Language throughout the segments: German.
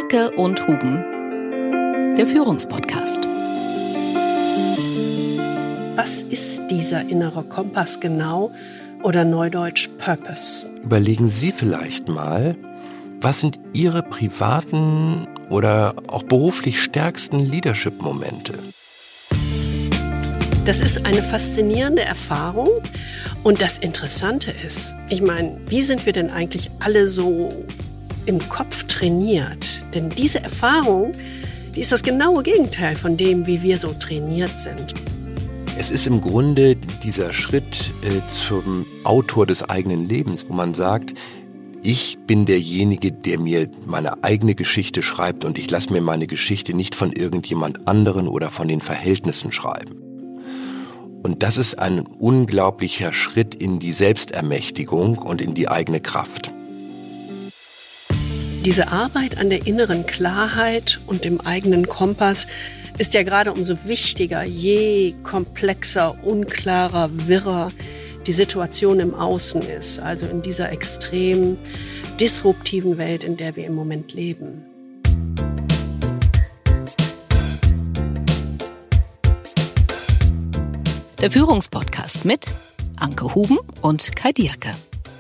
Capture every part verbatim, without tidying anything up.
Dierke und Huben, der Führungspodcast. Was ist dieser innere Kompass genau oder neudeutsch Purpose? Überlegen Sie vielleicht mal, was sind Ihre privaten oder auch beruflich stärksten Leadership-Momente? Das ist eine faszinierende Erfahrung und das Interessante ist, ich meine, wie sind wir denn eigentlich alle so im Kopf trainiert? Denn diese Erfahrung, die ist das genaue Gegenteil von dem, wie wir so trainiert sind. Es ist im Grunde dieser Schritt äh, zum Autor des eigenen Lebens, wo man sagt, ich bin derjenige, der mir meine eigene Geschichte schreibt und ich lasse mir meine Geschichte nicht von irgendjemand anderen oder von den Verhältnissen schreiben. Und das ist ein unglaublicher Schritt in die Selbstermächtigung und in die eigene Kraft. Diese Arbeit an der inneren Klarheit und dem eigenen Kompass ist ja gerade umso wichtiger, je komplexer, unklarer, wirrer die Situation im Außen ist, also in dieser extrem disruptiven Welt, in der wir im Moment leben. Der Führungspodcast mit Anke Huben und Kai Dierke.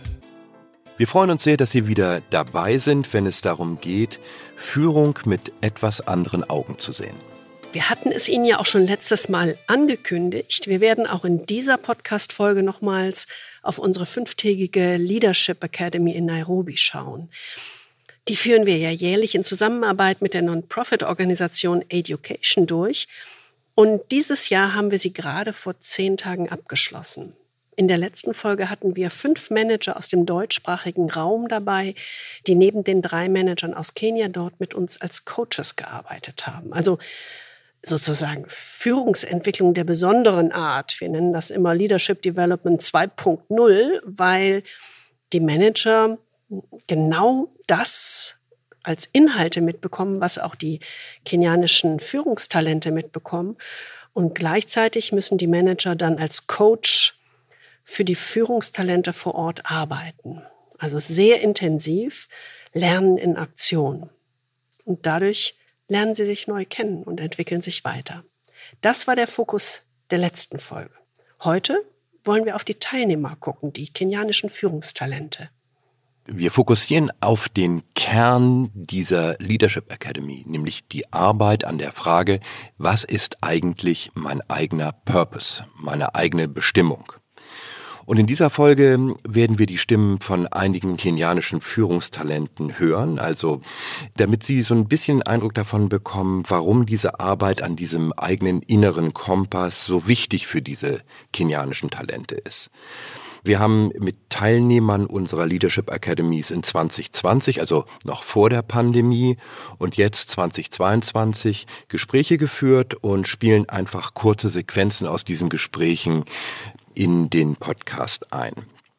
Wir freuen uns sehr, dass Sie wieder dabei sind, wenn es darum geht, Führung mit etwas anderen Augen zu sehen. Wir hatten es Ihnen ja auch schon letztes Mal angekündigt. Wir werden auch in dieser Podcast-Folge nochmals auf unsere fünftägige Leadership Academy in Nairobi schauen. Die führen wir ja jährlich in Zusammenarbeit mit der Non-Profit-Organisation Education durch. Und dieses Jahr haben wir sie gerade vor zehn Tagen abgeschlossen. In der letzten Folge hatten wir fünf Manager aus dem deutschsprachigen Raum dabei, die neben den drei Managern aus Kenia dort mit uns als Coaches gearbeitet haben. Also sozusagen Führungsentwicklung der besonderen Art. Wir nennen das immer Leadership Development zwei Punkt null, weil die Manager genau das als Inhalte mitbekommen, was auch die kenianischen Führungstalente mitbekommen. Und gleichzeitig müssen die Manager dann als Coach für die Führungstalente vor Ort arbeiten. Also sehr intensiv, Lernen in Aktion. Und dadurch lernen sie sich neu kennen und entwickeln sich weiter. Das war der Fokus der letzten Folge. Heute wollen wir auf die Teilnehmer gucken, die kenianischen Führungstalente. Wir fokussieren auf den Kern dieser Leadership Academy, nämlich die Arbeit an der Frage, was ist eigentlich mein eigener Purpose, meine eigene Bestimmung? Und in dieser Folge werden wir die Stimmen von einigen kenianischen Führungstalenten hören, also damit Sie so ein bisschen Eindruck davon bekommen, warum diese Arbeit an diesem eigenen inneren Kompass so wichtig für diese kenianischen Talente ist. Wir haben mit Teilnehmern unserer Leadership Academies in zwanzig zwanzig, also noch vor der Pandemie und jetzt zwanzig zweiundzwanzig Gespräche geführt und spielen einfach kurze Sequenzen aus diesen Gesprächen in den Podcast ein.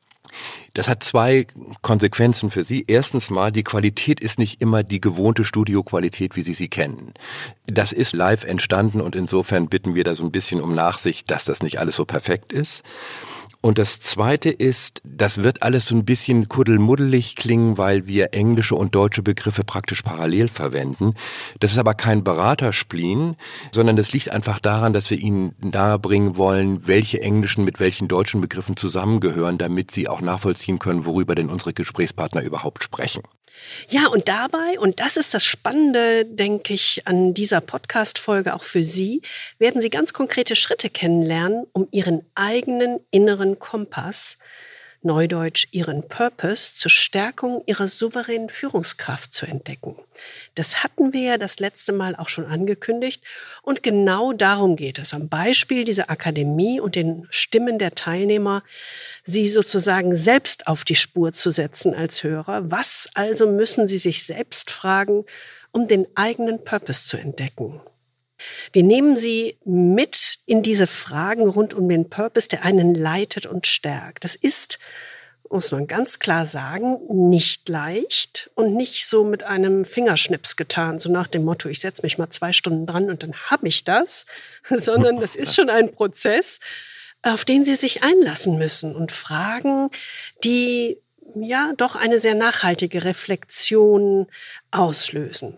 Das hat zwei Konsequenzen für Sie. Erstens mal, die Qualität ist nicht immer die gewohnte Studioqualität, wie Sie sie kennen. Das ist live entstanden und insofern bitten wir da so ein bisschen um Nachsicht, dass das nicht alles so perfekt ist. Und das Zweite ist, das wird alles so ein bisschen kuddelmuddelig klingen, weil wir englische und deutsche Begriffe praktisch parallel verwenden. Das ist aber kein Beraterspleen, sondern das liegt einfach daran, dass wir Ihnen nahebringen wollen, welche englischen mit welchen deutschen Begriffen zusammengehören, damit Sie auch nachvollziehen können, worüber denn unsere Gesprächspartner überhaupt sprechen. Ja, und dabei, und das ist das Spannende, denke ich, an dieser Podcast-Folge auch für Sie, werden Sie ganz konkrete Schritte kennenlernen, um Ihren eigenen inneren Kompass, neudeutsch Ihren Purpose, zur Stärkung Ihrer souveränen Führungskraft zu entdecken. Das hatten wir ja das letzte Mal auch schon angekündigt und genau darum geht es. Am Beispiel dieser Akademie und den Stimmen der Teilnehmer, Sie sozusagen selbst auf die Spur zu setzen als Hörer. Was also müssen Sie sich selbst fragen, um den eigenen Purpose zu entdecken? Wir nehmen Sie mit in diese Fragen rund um den Purpose, der einen leitet und stärkt. Das ist, muss man ganz klar sagen, nicht leicht und nicht so mit einem Fingerschnips getan, so nach dem Motto, ich setze mich mal zwei Stunden dran und dann habe ich das, sondern das ist schon ein Prozess, auf den Sie sich einlassen müssen und Fragen, die ja doch eine sehr nachhaltige Reflexion auslösen.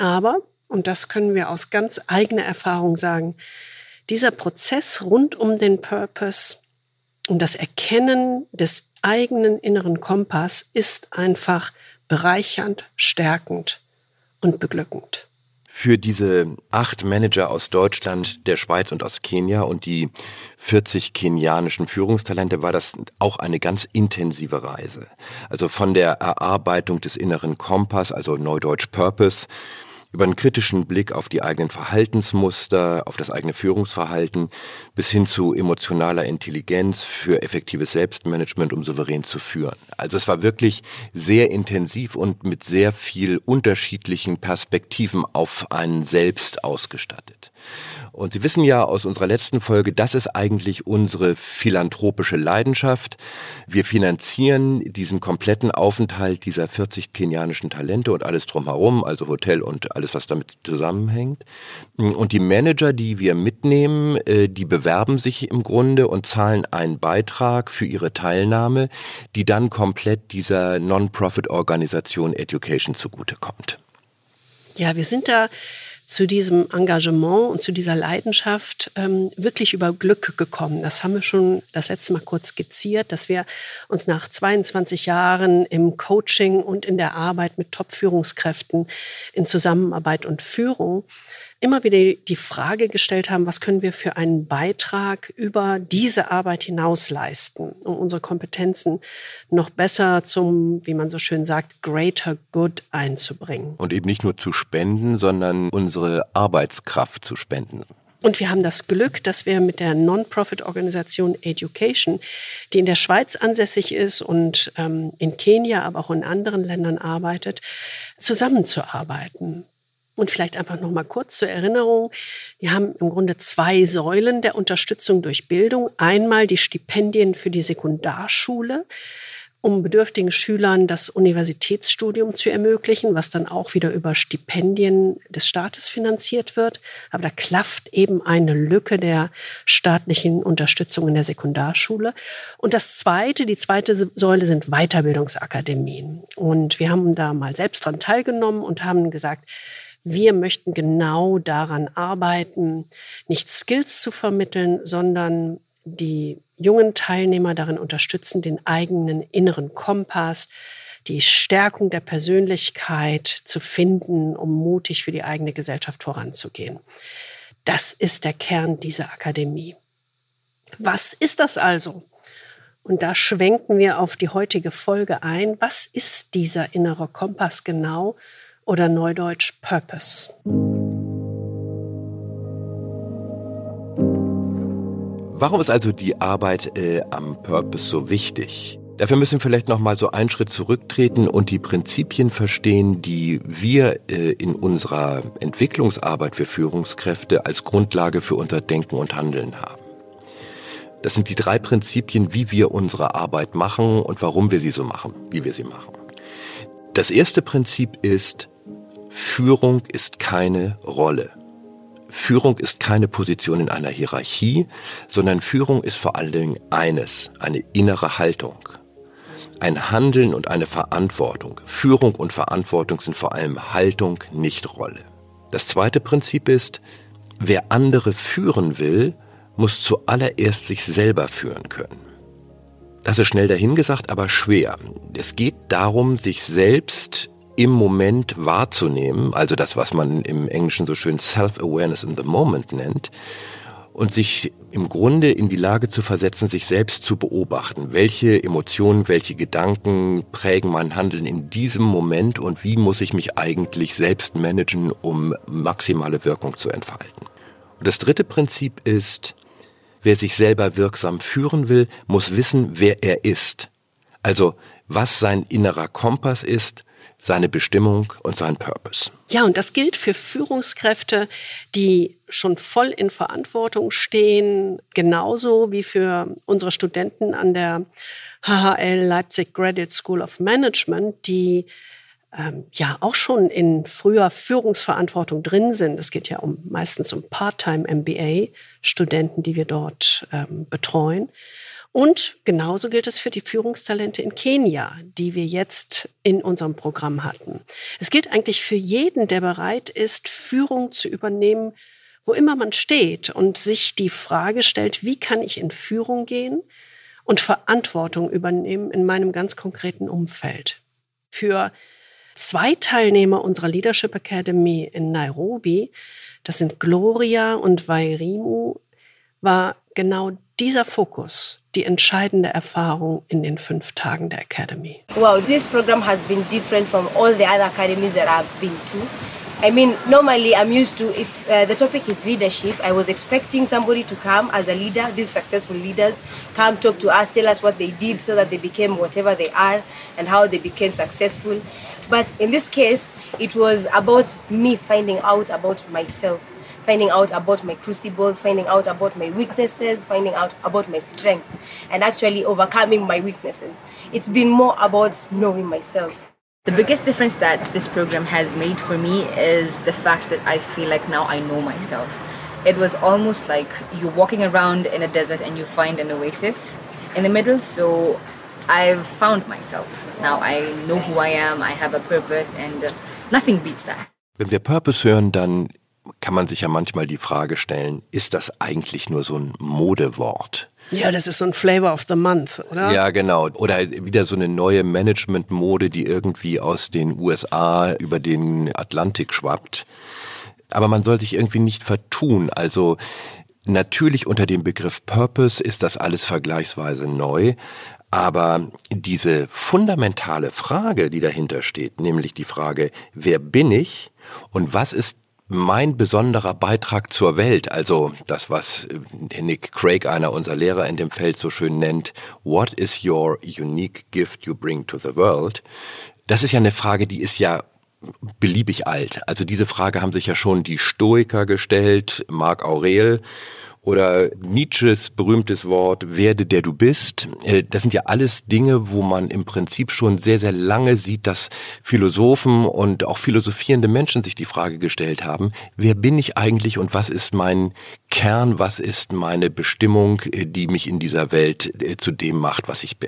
Aber, und das können wir aus ganz eigener Erfahrung sagen, dieser Prozess rund um den Purpose und das Erkennen des eigenen inneren Kompass ist einfach bereichernd, stärkend und beglückend. Für diese acht Manager aus Deutschland, der Schweiz und aus Kenia und die vierzig kenianischen Führungstalente war das auch eine ganz intensive Reise. Also von der Erarbeitung des inneren Kompass, also Neudeutsch Purpose, über einen kritischen Blick auf die eigenen Verhaltensmuster, auf das eigene Führungsverhalten, bis hin zu emotionaler Intelligenz für effektives Selbstmanagement, um souverän zu führen. Also es war wirklich sehr intensiv und mit sehr viel unterschiedlichen Perspektiven auf einen selbst ausgestattet. Und Sie wissen ja aus unserer letzten Folge, das ist eigentlich unsere philanthropische Leidenschaft. Wir finanzieren diesen kompletten Aufenthalt dieser vierzig kenianischen Talente und alles drumherum, also Hotel und alles, was damit zusammenhängt. Und die Manager, die wir mitnehmen, die bewerben sich im Grunde und zahlen einen Beitrag für ihre Teilnahme, die dann komplett dieser Non-Profit-Organisation Education zugutekommt. Ja, wir sind da zu diesem Engagement und zu dieser Leidenschaft ähm, wirklich über Glück gekommen. Das haben wir schon das letzte Mal kurz skizziert, dass wir uns nach zweiundzwanzig Jahren im Coaching und in der Arbeit mit Top-Führungskräften in Zusammenarbeit und Führung immer wieder die Frage gestellt haben, was können wir für einen Beitrag über diese Arbeit hinaus leisten, um unsere Kompetenzen noch besser zum, wie man so schön sagt, greater good einzubringen. Und eben nicht nur zu spenden, sondern unsere Arbeitskraft zu spenden. Und wir haben das Glück, dass wir mit der Non-Profit-Organisation Education, die in der Schweiz ansässig ist und ähm, in Kenia, aber auch in anderen Ländern arbeitet, zusammenzuarbeiten. Und vielleicht einfach noch mal kurz zur Erinnerung. Wir haben im Grunde zwei Säulen der Unterstützung durch Bildung. Einmal die Stipendien für die Sekundarschule, um bedürftigen Schülern das Universitätsstudium zu ermöglichen, was dann auch wieder über Stipendien des Staates finanziert wird. Aber da klafft eben eine Lücke der staatlichen Unterstützung in der Sekundarschule. Und das zweite, die zweite Säule sind Weiterbildungsakademien. Und wir haben da mal selbst dran teilgenommen und haben gesagt, wir möchten genau daran arbeiten, nicht Skills zu vermitteln, sondern die jungen Teilnehmer darin unterstützen, den eigenen inneren Kompass, die Stärkung der Persönlichkeit zu finden, um mutig für die eigene Gesellschaft voranzugehen. Das ist der Kern dieser Akademie. Was ist das also? Und da schwenken wir auf die heutige Folge ein. Was ist dieser innere Kompass genau? Oder Neudeutsch Purpose. Warum ist also die Arbeit äh, am Purpose so wichtig? Dafür müssen wir vielleicht noch mal so einen Schritt zurücktreten und die Prinzipien verstehen, die wir äh, in unserer Entwicklungsarbeit für Führungskräfte als Grundlage für unser Denken und Handeln haben. Das sind die drei Prinzipien, wie wir unsere Arbeit machen und warum wir sie so machen, wie wir sie machen. Das erste Prinzip ist, Führung ist keine Rolle. Führung ist keine Position in einer Hierarchie, sondern Führung ist vor allen Dingen eines, eine innere Haltung. Ein Handeln und eine Verantwortung. Führung und Verantwortung sind vor allem Haltung, nicht Rolle. Das zweite Prinzip ist, wer andere führen will, muss zuallererst sich selber führen können. Das ist schnell dahingesagt, aber schwer. Es geht darum, sich selbst im Moment wahrzunehmen, also das, was man im Englischen so schön Self-Awareness in the Moment nennt, und sich im Grunde in die Lage zu versetzen, sich selbst zu beobachten. Welche Emotionen, welche Gedanken prägen mein Handeln in diesem Moment und wie muss ich mich eigentlich selbst managen, um maximale Wirkung zu entfalten? Und das dritte Prinzip ist, wer sich selber wirksam führen will, muss wissen, wer er ist. Also, was sein innerer Kompass ist, seine Bestimmung und sein Purpose. Ja, und das gilt für Führungskräfte, die schon voll in Verantwortung stehen, genauso wie für unsere Studenten an der H H L Leipzig Graduate School of Management, die ähm, ja auch schon in früher Führungsverantwortung drin sind. Es geht ja um meistens um Part-Time M B A-Studenten, die wir dort ähm, betreuen. Und genauso gilt es für die Führungstalente in Kenia, die wir jetzt in unserem Programm hatten. Es gilt eigentlich für jeden, der bereit ist, Führung zu übernehmen, wo immer man steht und sich die Frage stellt, wie kann ich in Führung gehen und Verantwortung übernehmen in meinem ganz konkreten Umfeld. Für zwei Teilnehmer unserer Leadership Academy in Nairobi, das sind Gloria und Wairimu, war genau dieser Fokus die entscheidende Erfahrung in den fünf Tagen der Academy. Wow, this program has been different from all the other academies that I've been to. I mean, normally I'm used to, if uh, the topic is leadership, I was expecting somebody to come as a leader, these successful leaders, come talk to us, tell us what they did so that they became whatever they are and how they became successful. But in this case, it was about me finding out about myself, finding out about my crucibles, finding out about my weaknesses, finding out about my strength, and actually overcoming my weaknesses. It's been more about knowing myself. The biggest difference that this program has made for me is the fact that I feel like now I know myself. It was almost like you're walking around in a desert and you find an oasis in the middle. So I've found myself. Now I know who I am, I have a purpose and uh, nothing beats that. Wenn wir Purpose hören, dann kann man sich ja manchmal die Frage stellen, ist das eigentlich nur so ein Modewort? Ja, das ist so ein Flavor of the Month, oder? Ja, genau. Oder wieder so eine neue Management-Mode, die irgendwie aus den U S A über den Atlantik schwappt. Aber man soll sich irgendwie nicht vertun. Also natürlich unter dem Begriff Purpose ist das alles vergleichsweise neu. Aber diese fundamentale Frage, die dahinter steht, nämlich die Frage, wer bin ich und was ist mein besonderer Beitrag zur Welt, also das, was Nick Craig, einer unserer Lehrer in dem Feld, so schön nennt, what is your unique gift you bring to the world? Das ist ja eine Frage, die ist ja beliebig alt. Also diese Frage haben sich ja schon die Stoiker gestellt, Marc Aurel, oder Nietzsches berühmtes Wort, werde der du bist. Das sind ja alles Dinge, wo man im Prinzip schon sehr, sehr lange sieht, dass Philosophen und auch philosophierende Menschen sich die Frage gestellt haben, wer bin ich eigentlich und was ist mein Kern, was ist meine Bestimmung, die mich in dieser Welt zu dem macht, was ich bin.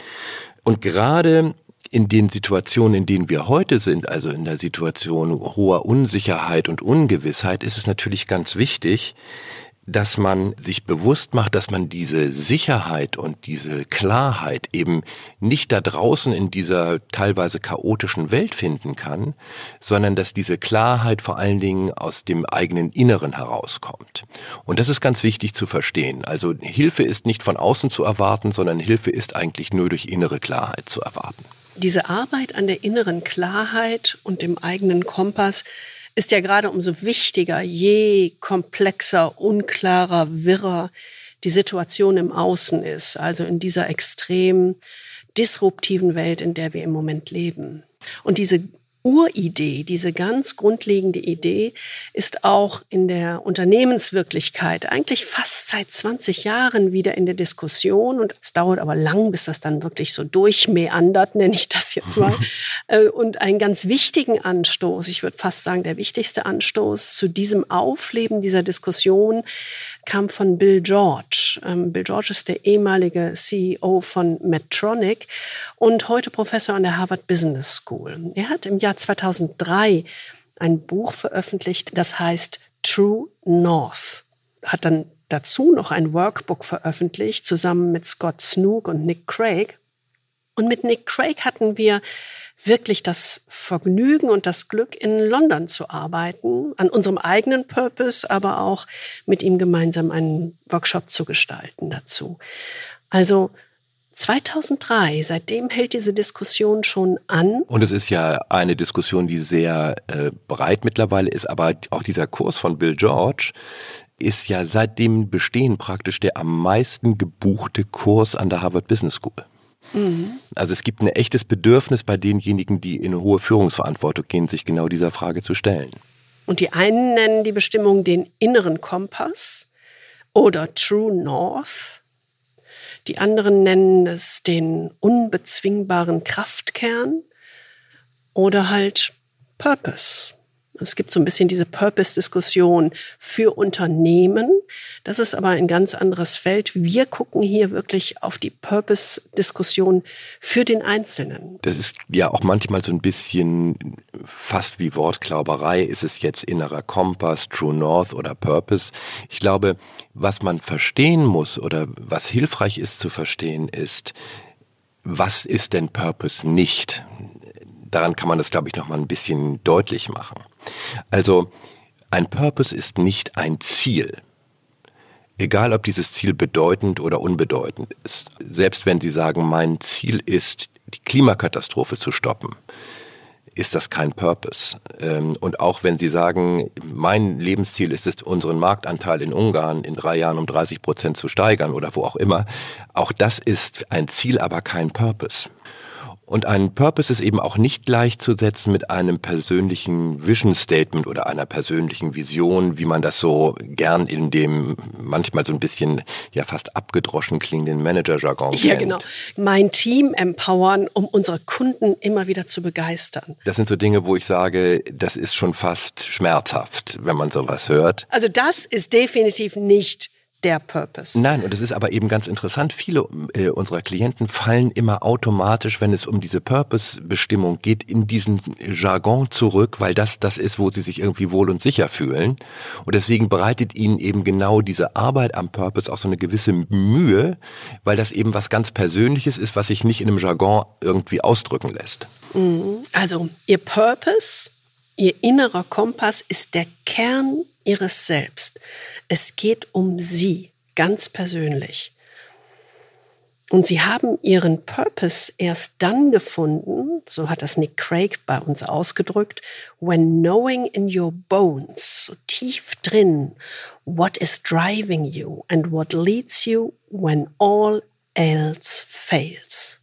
Und gerade in den Situationen, in denen wir heute sind, also in der Situation hoher Unsicherheit und Ungewissheit, ist es natürlich ganz wichtig, dass man sich bewusst macht, dass man diese Sicherheit und diese Klarheit eben nicht da draußen in dieser teilweise chaotischen Welt finden kann, sondern dass diese Klarheit vor allen Dingen aus dem eigenen Inneren herauskommt. Und das ist ganz wichtig zu verstehen. Also Hilfe ist nicht von außen zu erwarten, sondern Hilfe ist eigentlich nur durch innere Klarheit zu erwarten. Diese Arbeit an der inneren Klarheit und dem eigenen Kompass ist ja gerade umso wichtiger, je komplexer, unklarer, wirrer die Situation im Außen ist, also in dieser extrem disruptiven Welt, in der wir im Moment leben. Und diese Uridee, diese ganz grundlegende Idee ist auch in der Unternehmenswirklichkeit eigentlich fast seit zwanzig Jahren wieder in der Diskussion. Und es dauert aber lang, bis das dann wirklich so durchmeandert, nenne ich das jetzt mal. Und einen ganz wichtigen Anstoß, ich würde fast sagen, der wichtigste Anstoß zu diesem Aufleben dieser Diskussion kam von Bill George. Bill George ist der ehemalige C E O von Medtronic und heute Professor an der Harvard Business School. Er hat im Jahr zweitausenddrei ein Buch veröffentlicht, das heißt True North. Hat dann dazu noch ein Workbook veröffentlicht, zusammen mit Scott Snook und Nick Craig. Und mit Nick Craig hatten wir wirklich das Vergnügen und das Glück, in London zu arbeiten, an unserem eigenen Purpose, aber auch mit ihm gemeinsam einen Workshop zu gestalten dazu. Also zweitausenddrei, seitdem hält diese Diskussion schon an. Und es ist ja eine Diskussion, die sehr äh, breit mittlerweile ist, aber auch dieser Kurs von Bill George ist ja seit dem Bestehen praktisch der am meisten gebuchte Kurs an der Harvard Business School. Mhm. Also es gibt ein echtes Bedürfnis bei denjenigen, die in eine hohe Führungsverantwortung gehen, sich genau dieser Frage zu stellen. Und die einen nennen die Bestimmung den inneren Kompass oder True North. Die anderen nennen es den unbezwingbaren Kraftkern oder halt Purpose. Es gibt so ein bisschen diese Purpose-Diskussion für Unternehmen. Das ist aber ein ganz anderes Feld. Wir gucken hier wirklich auf die Purpose-Diskussion für den Einzelnen. Das ist ja auch manchmal so ein bisschen fast wie Wortklauberei. Ist es jetzt innerer Kompass, True North oder Purpose? Ich glaube, was man verstehen muss oder was hilfreich ist zu verstehen ist, was ist denn Purpose nicht? Daran kann man das, glaube ich, noch mal ein bisschen deutlich machen. Also ein Purpose ist nicht ein Ziel. Egal, ob dieses Ziel bedeutend oder unbedeutend ist. Selbst wenn Sie sagen, mein Ziel ist, die Klimakatastrophe zu stoppen, ist das kein Purpose. Und auch wenn Sie sagen, mein Lebensziel ist es, unseren Marktanteil in Ungarn in drei Jahren um dreißig Prozent zu steigern oder wo auch immer, auch das ist ein Ziel, aber kein Purpose. Und ein Purpose ist eben auch nicht gleichzusetzen mit einem persönlichen Vision Statement oder einer persönlichen Vision, wie man das so gern in dem manchmal so ein bisschen ja fast abgedroschen klingenden Manager-Jargon kennt. Ja, genau. Mein Team empowern, um unsere Kunden immer wieder zu begeistern. Das sind so Dinge, wo ich sage, das ist schon fast schmerzhaft, wenn man sowas hört. Also das ist definitiv nicht der Purpose. Nein, und es ist aber eben ganz interessant, viele äh, unserer Klienten fallen immer automatisch, wenn es um diese Purpose-Bestimmung geht, in diesen Jargon zurück, weil das das ist, wo sie sich irgendwie wohl und sicher fühlen. Und deswegen bereitet ihnen eben genau diese Arbeit am Purpose auch so eine gewisse Mühe, weil das eben was ganz Persönliches ist, was sich nicht in einem Jargon irgendwie ausdrücken lässt. Also Ihr Purpose, Ihr innerer Kompass ist der Kern Ihres Selbst. Es geht um Sie, ganz persönlich. Und Sie haben Ihren Purpose erst dann gefunden, so hat das Nick Craig bei uns ausgedrückt, when knowing in your bones, so tief drin, what is driving you and what leads you when all else fails.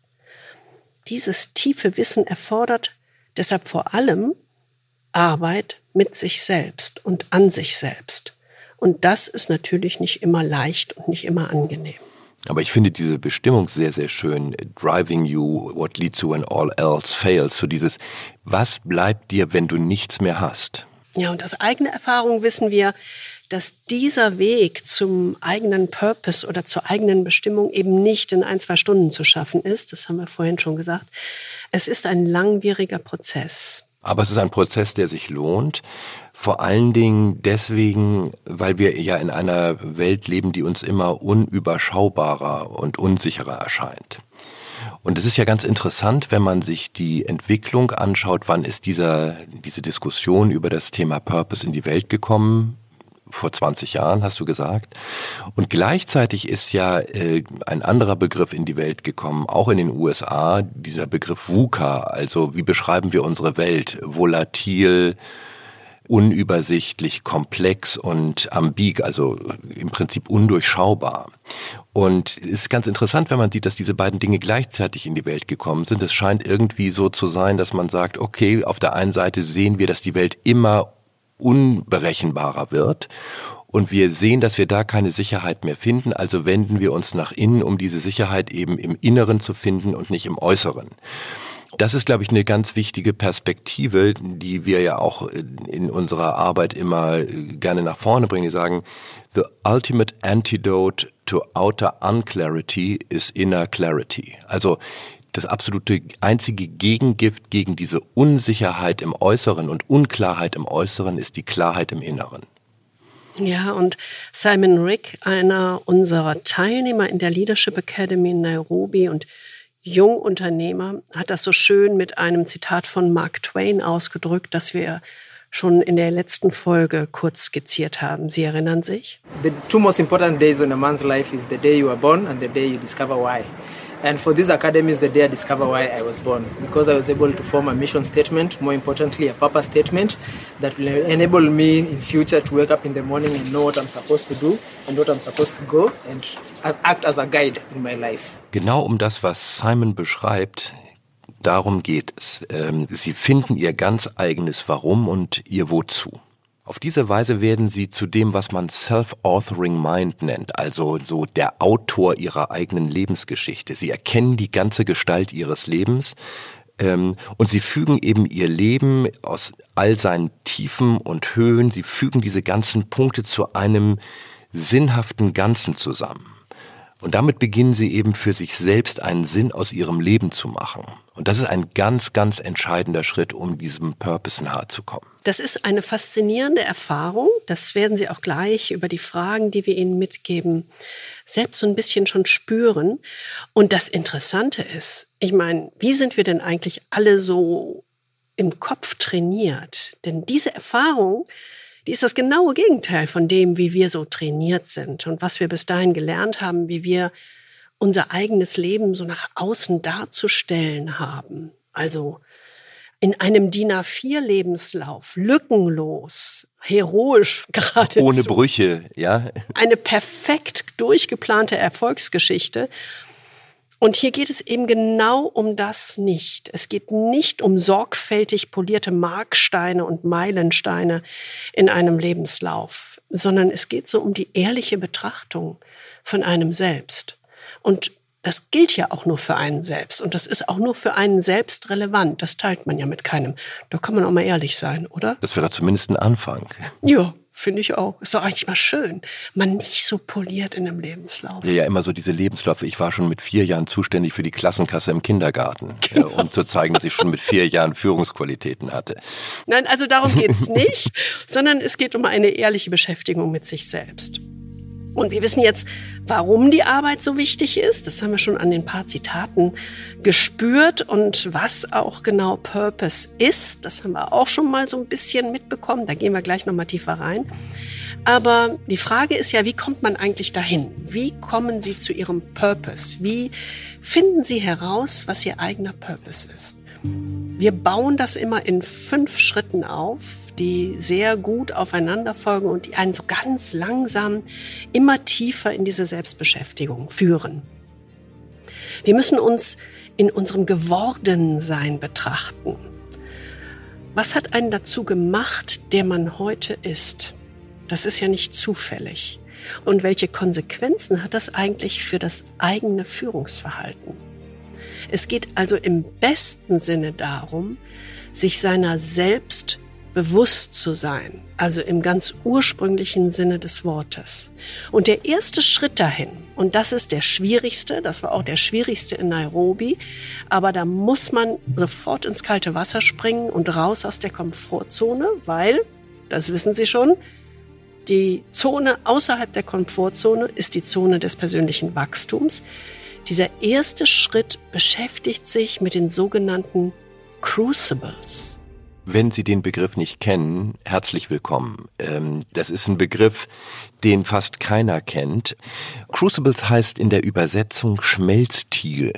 Dieses tiefe Wissen erfordert deshalb vor allem Arbeit mit sich selbst und an sich selbst. Und das ist natürlich nicht immer leicht und nicht immer angenehm. Aber ich finde diese Bestimmung sehr, sehr schön. Driving you, what leads you when all else fails. So dieses, was bleibt dir, wenn du nichts mehr hast? Ja, und aus eigener Erfahrung wissen wir, dass dieser Weg zum eigenen Purpose oder zur eigenen Bestimmung eben nicht in ein, zwei Stunden zu schaffen ist. Das haben wir vorhin schon gesagt. Es ist ein langwieriger Prozess. Aber es ist ein Prozess, der sich lohnt. Vor allen Dingen deswegen, weil wir ja in einer Welt leben, die uns immer unüberschaubarer und unsicherer erscheint. Und es ist ja ganz interessant, wenn man sich die Entwicklung anschaut, wann ist dieser, diese Diskussion über das Thema Purpose in die Welt gekommen? Vor zwanzig Jahren, hast du gesagt. Und gleichzeitig ist ja äh, ein anderer Begriff in die Welt gekommen, auch in den U S A, dieser Begriff VUCA, also wie beschreiben wir unsere Welt? Volatil, unübersichtlich, komplex und ambig, also im Prinzip undurchschaubar. Und es ist ganz interessant, wenn man sieht, dass diese beiden Dinge gleichzeitig in die Welt gekommen sind. Es scheint irgendwie so zu sein, dass man sagt, okay, auf der einen Seite sehen wir, dass die Welt immer unberechenbarer wird und wir sehen, dass wir da keine Sicherheit mehr finden, also wenden wir uns nach innen, um diese Sicherheit eben im Inneren zu finden und nicht im Äußeren. Das ist, glaube ich, eine ganz wichtige Perspektive, die wir ja auch in unserer Arbeit immer gerne nach vorne bringen. Die sagen, the ultimate antidote to outer unclarity is inner clarity. Also das absolute einzige Gegengift gegen diese Unsicherheit im Äußeren und Unklarheit im Äußeren ist die Klarheit im Inneren. Ja, und Simon Rick, einer unserer Teilnehmer in der Leadership Academy in Nairobi und Jungunternehmer, hat das so schön mit einem Zitat von Mark Twain ausgedrückt, das wir schon in der letzten Folge kurz skizziert haben. Sie erinnern sich? The two most important days in a man's life is the day you are born and the day you discover why. And for this academy is the day I discover why I was born, because I was able to form a mission statement, more importantly a purpose statement that will enable me in future to wake up in the morning and know what I'm supposed to do and what I'm supposed to go and act as a guide in my life. Genau um das, was Simon beschreibt, darum geht es. Sie finden ihr ganz eigenes Warum und ihr Wozu. Auf diese Weise werden sie zu dem, was man Self-Authoring Mind nennt, also so der Autor ihrer eigenen Lebensgeschichte. Sie erkennen die ganze Gestalt ihres Lebens, Ähm, und sie fügen eben ihr Leben aus all seinen Tiefen und Höhen, sie fügen diese ganzen Punkte zu einem sinnhaften Ganzen zusammen. Und damit beginnen sie eben für sich selbst einen Sinn aus ihrem Leben zu machen. Und das ist ein ganz, ganz entscheidender Schritt, um diesem Purpose nahe zu kommen. Das ist eine faszinierende Erfahrung. Das werden Sie auch gleich über die Fragen, die wir Ihnen mitgeben, selbst so ein bisschen schon spüren. Und das Interessante ist, ich meine, wie sind wir denn eigentlich alle so im Kopf trainiert? Denn diese Erfahrung, die ist das genaue Gegenteil von dem, wie wir so trainiert sind und was wir bis dahin gelernt haben, wie wir unser eigenes Leben so nach außen darzustellen haben. Also in einem D I N A vier Lebenslauf, lückenlos, heroisch geradezu. Ohne Brüche, ja. Eine perfekt durchgeplante Erfolgsgeschichte. Und hier geht es eben genau um das nicht. Es geht nicht um sorgfältig polierte Marksteine und Meilensteine in einem Lebenslauf, sondern es geht so um die ehrliche Betrachtung von einem selbst. Und das gilt ja auch nur für einen selbst. Und das ist auch nur für einen selbst relevant. Das teilt man ja mit keinem. Da kann man auch mal ehrlich sein, oder? Das wäre zumindest ein Anfang. Ja, finde ich auch. Ist doch eigentlich mal schön. Man nicht so poliert in einem Lebenslauf. Ja, ja, immer so diese Lebensläufe. Ich war schon mit vier Jahren zuständig für die Klassenkasse im Kindergarten. Genau. Ja, um zu zeigen, dass ich schon mit vier Jahren Führungsqualitäten hatte. Nein, also darum geht's nicht. Sondern es geht um eine ehrliche Beschäftigung mit sich selbst. Und wir wissen jetzt, warum die Arbeit so wichtig ist. Das haben wir schon an den paar Zitaten gespürt. Und was auch genau Purpose ist, das haben wir auch schon mal so ein bisschen mitbekommen. Da gehen wir gleich noch mal tiefer rein. Aber die Frage ist ja, wie kommt man eigentlich dahin? Wie kommen Sie zu Ihrem Purpose? Wie finden Sie heraus, was Ihr eigener Purpose ist? Wir bauen das immer in fünf Schritten auf, die sehr gut aufeinander folgen und die einen so ganz langsam immer tiefer in diese Selbstbeschäftigung führen. Wir müssen uns in unserem Gewordensein betrachten. Was hat einen dazu gemacht, der man heute ist? Das ist ja nicht zufällig. Und welche Konsequenzen hat das eigentlich für das eigene Führungsverhalten? Es geht also im besten Sinne darum, sich seiner selbst bewusst zu sein, also im ganz ursprünglichen Sinne des Wortes. Und der erste Schritt dahin, und das ist der schwierigste, das war auch der schwierigste in Nairobi, aber da muss man sofort ins kalte Wasser springen und raus aus der Komfortzone, weil, das wissen Sie schon, die Zone außerhalb der Komfortzone ist die Zone des persönlichen Wachstums. Dieser erste Schritt beschäftigt sich mit den sogenannten Crucibles. Wenn Sie den Begriff nicht kennen, herzlich willkommen. Das ist ein Begriff, den fast keiner kennt. Crucibles heißt in der Übersetzung Schmelztiegel.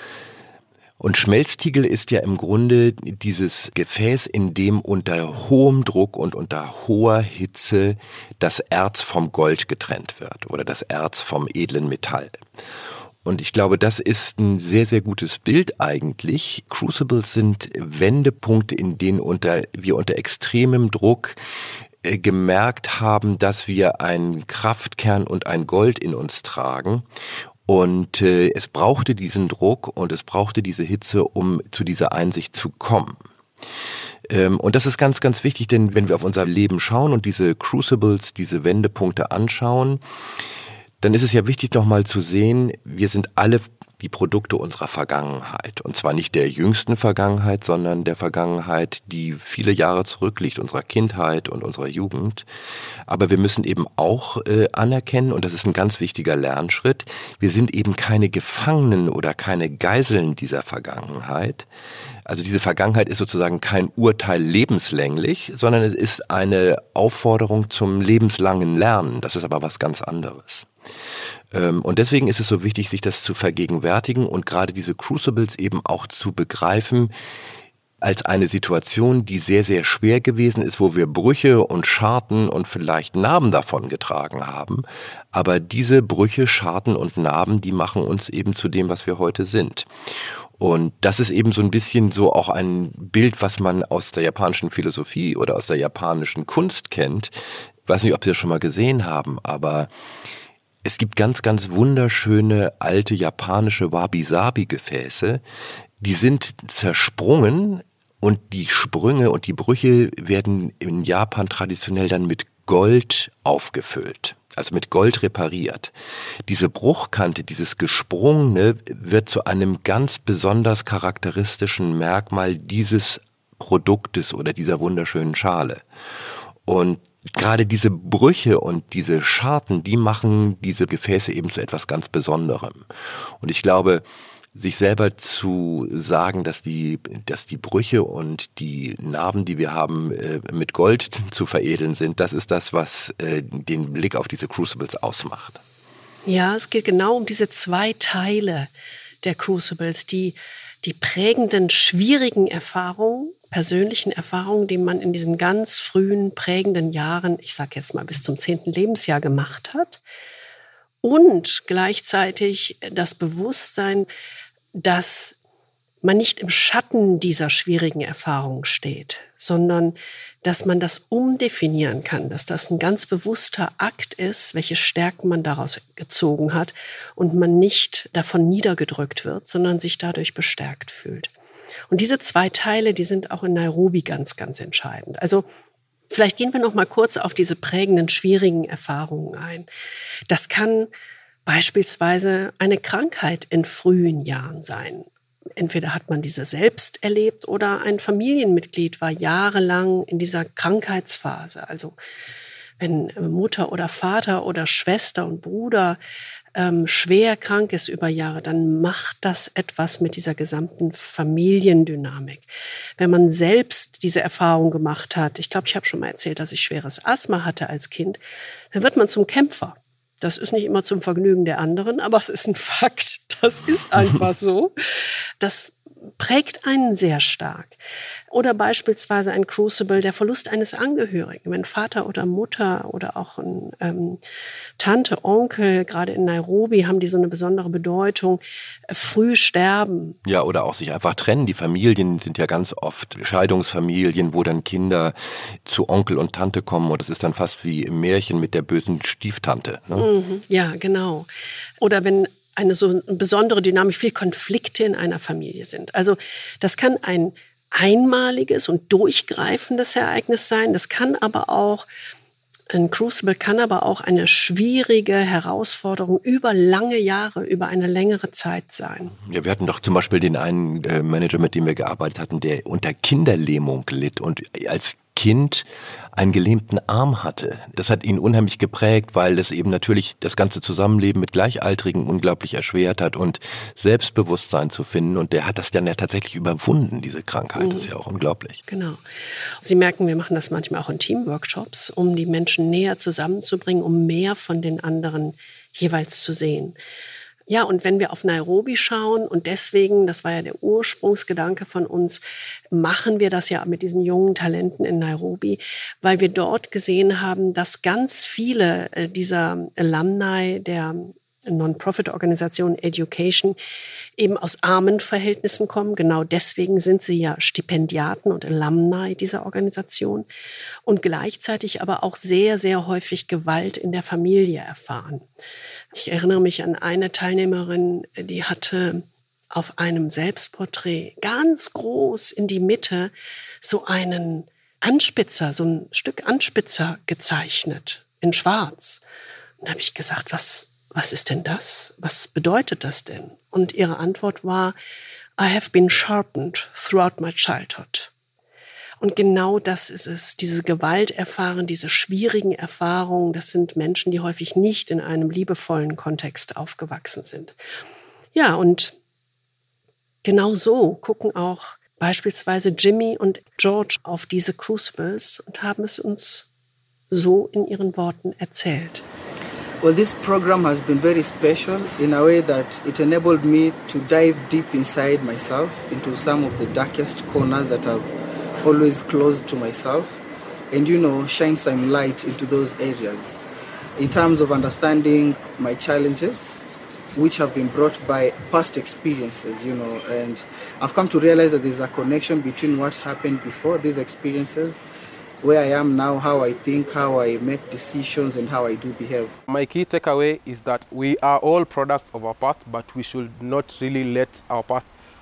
Und Schmelztiegel ist ja im Grunde dieses Gefäß, in dem unter hohem Druck und unter hoher Hitze das Erz vom Gold getrennt wird oder das Erz vom edlen Metall. Und ich glaube, das ist ein sehr, sehr gutes Bild eigentlich. Crucibles sind Wendepunkte, in denen unter, wir unter extremem Druck äh, gemerkt haben, dass wir einen Kraftkern und ein Gold in uns tragen. Und äh, es brauchte diesen Druck und es brauchte diese Hitze, um zu dieser Einsicht zu kommen. Ähm, und das ist ganz, ganz wichtig, denn wenn wir auf unser Leben schauen und diese Crucibles, diese Wendepunkte anschauen, dann ist es ja wichtig nochmal zu sehen, wir sind alle die Produkte unserer Vergangenheit. Und zwar nicht der jüngsten Vergangenheit, sondern der Vergangenheit, die viele Jahre zurückliegt, unserer Kindheit und unserer Jugend. Aber wir müssen eben auch äh, anerkennen, und das ist ein ganz wichtiger Lernschritt, wir sind eben keine Gefangenen oder keine Geiseln dieser Vergangenheit. Also diese Vergangenheit ist sozusagen kein Urteil lebenslänglich, sondern es ist eine Aufforderung zum lebenslangen Lernen. Das ist aber was ganz anderes. Und deswegen ist es so wichtig, sich das zu vergegenwärtigen und gerade diese Crucibles eben auch zu begreifen als eine Situation, die sehr, sehr schwer gewesen ist, wo wir Brüche und Scharten und vielleicht Narben davon getragen haben. Aber diese Brüche, Scharten und Narben, die machen uns eben zu dem, was wir heute sind. Und das ist eben so ein bisschen so auch ein Bild, was man aus der japanischen Philosophie oder aus der japanischen Kunst kennt. Ich weiß nicht, ob Sie das schon mal gesehen haben, aber es gibt ganz, ganz wunderschöne alte japanische Wabi-Sabi-Gefäße, die sind zersprungen und die Sprünge und die Brüche werden in Japan traditionell dann mit Gold aufgefüllt. Also mit Gold repariert. Diese Bruchkante, dieses Gesprungene wird zu einem ganz besonders charakteristischen Merkmal dieses Produktes oder dieser wunderschönen Schale. Und gerade diese Brüche und diese Scharten, die machen diese Gefäße eben zu etwas ganz Besonderem. Und ich glaube, sich selber zu sagen, dass die, dass die Brüche und die Narben, die wir haben, mit Gold zu veredeln sind, das ist das, was den Blick auf diese Crucibles ausmacht. Ja, es geht genau um diese zwei Teile der Crucibles, die, die prägenden, schwierigen Erfahrungen, persönlichen Erfahrungen, die man in diesen ganz frühen, prägenden Jahren, ich sage jetzt mal bis zum zehnten Lebensjahr gemacht hat, und gleichzeitig das Bewusstsein, dass man nicht im Schatten dieser schwierigen Erfahrungen steht, sondern dass man das umdefinieren kann, dass das ein ganz bewusster Akt ist, welche Stärken man daraus gezogen hat und man nicht davon niedergedrückt wird, sondern sich dadurch bestärkt fühlt. Und diese zwei Teile, die sind auch in Nairobi ganz, ganz entscheidend. Also vielleicht gehen wir noch mal kurz auf diese prägenden, schwierigen Erfahrungen ein. Das kann beispielsweise eine Krankheit in frühen Jahren sein. Entweder hat man diese selbst erlebt oder ein Familienmitglied war jahrelang in dieser Krankheitsphase. Also wenn Mutter oder Vater oder Schwester und Bruder ähm, schwer krank ist über Jahre, dann macht das etwas mit dieser gesamten Familiendynamik. Wenn man selbst diese Erfahrung gemacht hat, ich glaube, ich habe schon mal erzählt, dass ich schweres Asthma hatte als Kind, dann wird man zum Kämpfer. Das ist nicht immer zum Vergnügen der anderen, aber es ist ein Fakt. Das ist einfach so. Das prägt einen sehr stark. Oder beispielsweise ein Crucible, der Verlust eines Angehörigen. Wenn Vater oder Mutter oder auch ein, ähm, Tante, Onkel, gerade in Nairobi haben die so eine besondere Bedeutung, äh, früh sterben. Ja, oder auch sich einfach trennen. Die Familien sind ja ganz oft Scheidungsfamilien, wo dann Kinder zu Onkel und Tante kommen und das ist dann fast wie im Märchen mit der bösen Stieftante. Ne? Mhm, ja, genau. Oder wenn eine so besondere Dynamik, viel Konflikte in einer Familie sind. Also das kann ein einmaliges und durchgreifendes Ereignis sein. Das kann aber auch, ein Crucible kann aber auch eine schwierige Herausforderung über lange Jahre, über eine längere Zeit sein. Ja, wir hatten doch zum Beispiel den einen äh, Manager, mit dem wir gearbeitet hatten, der unter Kinderlähmung litt und als Kind einen gelähmten Arm hatte. Das hat ihn unheimlich geprägt, weil das eben natürlich das ganze Zusammenleben mit Gleichaltrigen unglaublich erschwert hat und Selbstbewusstsein zu finden. Und der hat das dann ja tatsächlich überwunden, diese Krankheit. Mhm. Das ist ja auch unglaublich. Genau. Sie merken, wir machen das manchmal auch in Teamworkshops, um die Menschen näher zusammenzubringen, um mehr von den anderen jeweils zu sehen. Ja, und wenn wir auf Nairobi schauen, und deswegen, das war ja der Ursprungsgedanke von uns, machen wir das ja mit diesen jungen Talenten in Nairobi, weil wir dort gesehen haben, dass ganz viele dieser Alumni der Non-Profit-Organisation Education eben aus armen Verhältnissen kommen. Genau deswegen sind sie ja Stipendiaten und Alumni dieser Organisation und gleichzeitig aber auch sehr, sehr häufig Gewalt in der Familie erfahren. Ich erinnere mich an eine Teilnehmerin, die hatte auf einem Selbstporträt ganz groß in die Mitte so einen Anspitzer, so ein Stück Anspitzer gezeichnet in Schwarz. Und da habe ich gesagt, was Was ist denn das? Was bedeutet das denn? Und ihre Antwort war, I have been sharpened throughout my childhood. Und genau das ist es, diese Gewalt erfahren, diese schwierigen Erfahrungen, das sind Menschen, die häufig nicht in einem liebevollen Kontext aufgewachsen sind. Ja, und genau so gucken auch beispielsweise Jimmy und George auf diese Crucibles und haben es uns so in ihren Worten erzählt. Well, this program has been very special in a way that it enabled me to dive deep inside myself into some of the darkest corners that I've always closed to myself and, you know, shine some light into those areas in terms of understanding my challenges, which have been brought by past experiences, you know, and I've come to realize that there's a connection between what happened before these experiences, where I am now, how I think, how I make decisions, and how I do behave. My key takeaway is that we are all products of our past, but we should not really let our past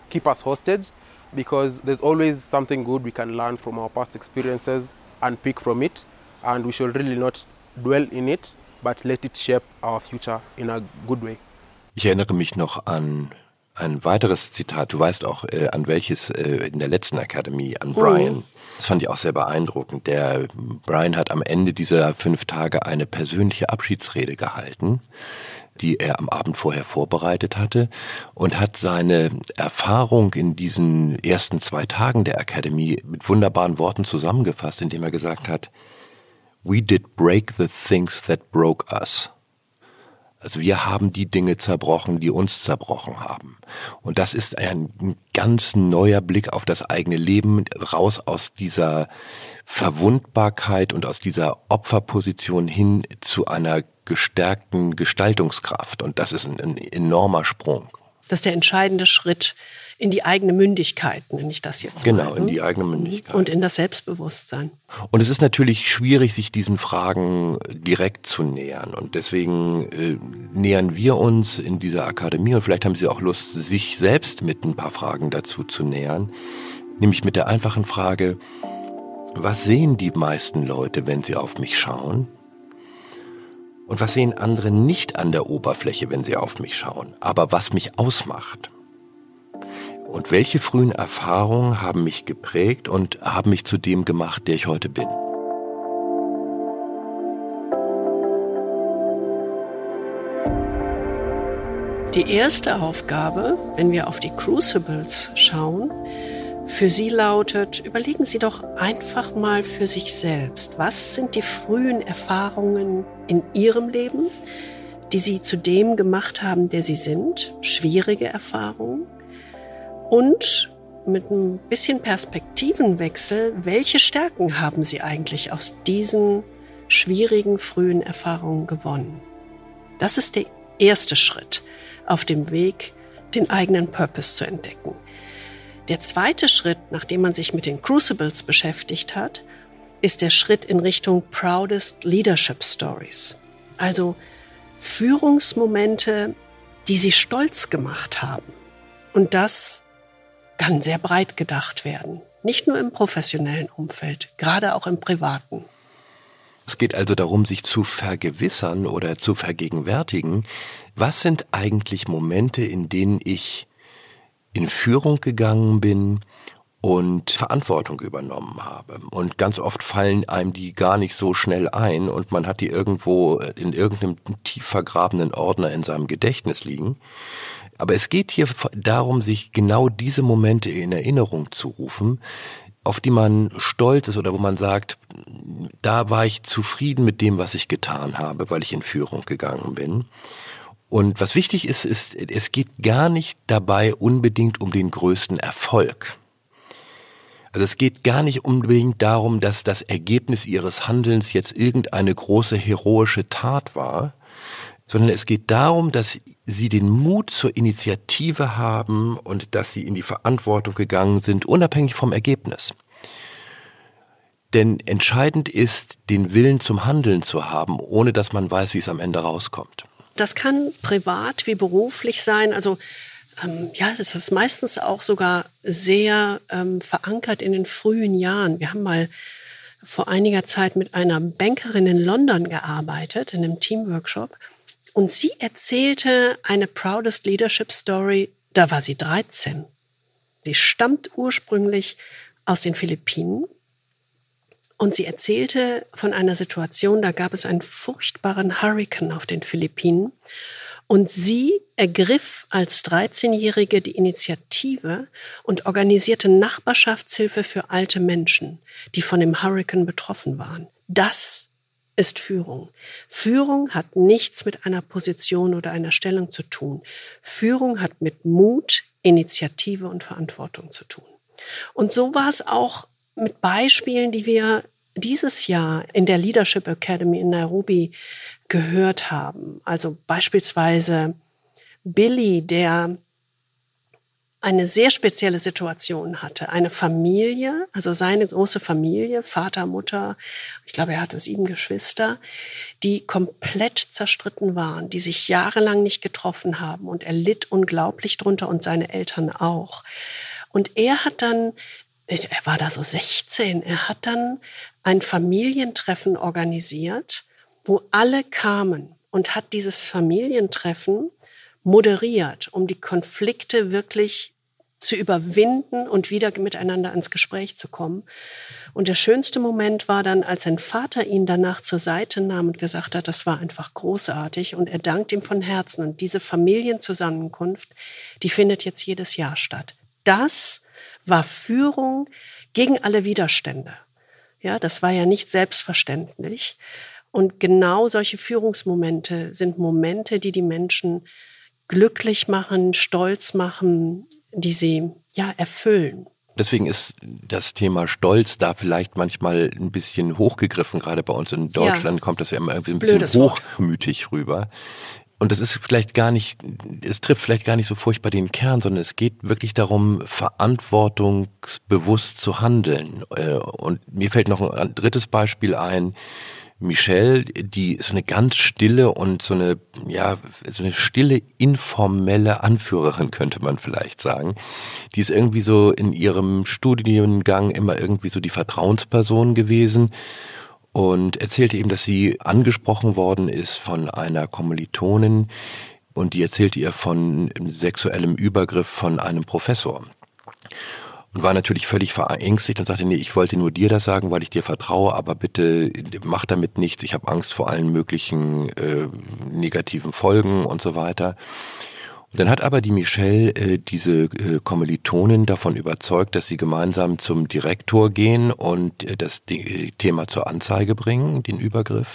keep us hostage, because there's always something good we can learn from our past experiences and pick from it, and we should really not dwell in it, but let it shape our future in a good way. Ich erinnere mich noch an ein weiteres Zitat, du weißt auch, äh, an welches äh, in der letzten Academy, an Brian. Oh. Das fand ich auch sehr beeindruckend. Der Brian hat am Ende dieser fünf Tage eine persönliche Abschiedsrede gehalten, die er am Abend vorher vorbereitet hatte, und hat seine Erfahrung in diesen ersten zwei Tagen der Academy mit wunderbaren Worten zusammengefasst, indem er gesagt hat, "We did break the things that broke us." Also wir haben die Dinge zerbrochen, die uns zerbrochen haben. Und das ist ein ganz neuer Blick auf das eigene Leben, raus aus dieser Verwundbarkeit und aus dieser Opferposition hin zu einer gestärkten Gestaltungskraft. Und das ist ein, ein enormer Sprung. Das ist der entscheidende Schritt in die eigene Mündigkeit, nenne ich das jetzt genau, mal. Genau, in die eigene Mündigkeit. Und in das Selbstbewusstsein. Und es ist natürlich schwierig, sich diesen Fragen direkt zu nähern. Und deswegen äh, nähern wir uns in dieser Akademie, und vielleicht haben Sie auch Lust, sich selbst mit ein paar Fragen dazu zu nähern. Nämlich mit der einfachen Frage, was sehen die meisten Leute, wenn sie auf mich schauen? Und was sehen andere nicht an der Oberfläche, wenn sie auf mich schauen? Aber was mich ausmacht? Und welche frühen Erfahrungen haben mich geprägt und haben mich zu dem gemacht, der ich heute bin? Die erste Aufgabe, wenn wir auf die Crucibles schauen, für Sie lautet, überlegen Sie doch einfach mal für sich selbst, was sind die frühen Erfahrungen in Ihrem Leben, die Sie zu dem gemacht haben, der Sie sind, schwierige Erfahrungen? Und mit ein bisschen Perspektivenwechsel, welche Stärken haben Sie eigentlich aus diesen schwierigen, frühen Erfahrungen gewonnen? Das ist der erste Schritt auf dem Weg, den eigenen Purpose zu entdecken. Der zweite Schritt, nachdem man sich mit den Crucibles beschäftigt hat, ist der Schritt in Richtung Proudest Leadership Stories. Also Führungsmomente, die Sie stolz gemacht haben. Und das kann sehr breit gedacht werden. Nicht nur im professionellen Umfeld, gerade auch im privaten. Es geht also darum, sich zu vergewissern oder zu vergegenwärtigen, was sind eigentlich Momente, in denen ich in Führung gegangen bin und Verantwortung übernommen habe. Und ganz oft fallen einem die gar nicht so schnell ein und man hat die irgendwo in irgendeinem tief vergrabenen Ordner in seinem Gedächtnis liegen. Aber es geht hier darum, sich genau diese Momente in Erinnerung zu rufen, auf die man stolz ist oder wo man sagt, da war ich zufrieden mit dem, was ich getan habe, weil ich in Führung gegangen bin. Und was wichtig ist, ist, es geht gar nicht dabei unbedingt um den größten Erfolg. Also es geht gar nicht unbedingt darum, dass das Ergebnis ihres Handelns jetzt irgendeine große heroische Tat war, sondern es geht darum, dass sie den Mut zur Initiative haben und dass sie in die Verantwortung gegangen sind, unabhängig vom Ergebnis. Denn entscheidend ist, den Willen zum Handeln zu haben, ohne dass man weiß, wie es am Ende rauskommt. Das kann privat wie beruflich sein. Also ähm, ja, das ist meistens auch sogar sehr ähm, verankert in den frühen Jahren. Wir haben mal vor einiger Zeit mit einer Bankerin in London gearbeitet, in einem Teamworkshop. Und sie erzählte eine Proudest Leadership Story, da war sie dreizehn. Sie stammt ursprünglich aus den Philippinen. Und sie erzählte von einer Situation, da gab es einen furchtbaren Hurrikan auf den Philippinen. Und sie ergriff als dreizehnjährige die Initiative und organisierte Nachbarschaftshilfe für alte Menschen, die von dem Hurrikan betroffen waren. Das ist Führung. Führung hat nichts mit einer Position oder einer Stellung zu tun. Führung hat mit Mut, Initiative und Verantwortung zu tun. Und so war es auch mit Beispielen, die wir dieses Jahr in der Leadership Academy in Nairobi gehört haben. Also beispielsweise Billy, der eine sehr spezielle Situation hatte. Eine Familie, also seine große Familie, Vater, Mutter, ich glaube, er hatte sieben Geschwister, die komplett zerstritten waren, die sich jahrelang nicht getroffen haben. Und er litt unglaublich drunter und seine Eltern auch. Und er hat dann, er war da so sechzehn, er hat dann ein Familientreffen organisiert, wo alle kamen und hat dieses Familientreffen moderiert, um die Konflikte wirklich zu überwinden und wieder miteinander ins Gespräch zu kommen. Und der schönste Moment war dann, als sein Vater ihn danach zur Seite nahm und gesagt hat, das war einfach großartig und er dankt ihm von Herzen. Und diese Familienzusammenkunft, die findet jetzt jedes Jahr statt. Das war Führung gegen alle Widerstände. Ja, das war ja nicht selbstverständlich. Und genau solche Führungsmomente sind Momente, die die Menschen glücklich machen, stolz machen, die sie ja erfüllen. Deswegen ist das Thema Stolz da vielleicht manchmal ein bisschen hochgegriffen. Gerade bei uns in Deutschland ja. kommt das ja immer irgendwie ein bisschen Blödes hochmütig Wort. rüber. Und das ist vielleicht gar nicht, es trifft vielleicht gar nicht so furchtbar den Kern, sondern es geht wirklich darum, verantwortungsbewusst zu handeln. Und mir fällt noch ein drittes Beispiel ein. Michelle, die ist so eine ganz stille und so eine, ja, so eine stille, informelle Anführerin, könnte man vielleicht sagen. Die ist irgendwie so in ihrem Studiengang immer irgendwie so die Vertrauensperson gewesen und erzählte eben, dass sie angesprochen worden ist von einer Kommilitonin und die erzählte ihr von sexuellem Übergriff von einem Professor. Und war natürlich völlig verängstigt und sagte, nee, ich wollte nur dir das sagen, weil ich dir vertraue, aber bitte mach damit nichts, ich habe Angst vor allen möglichen äh, negativen Folgen und so weiter. Und dann hat aber die Michelle äh, diese äh, Kommilitonin davon überzeugt, dass sie gemeinsam zum Direktor gehen und äh, das äh, Thema zur Anzeige bringen, den Übergriff.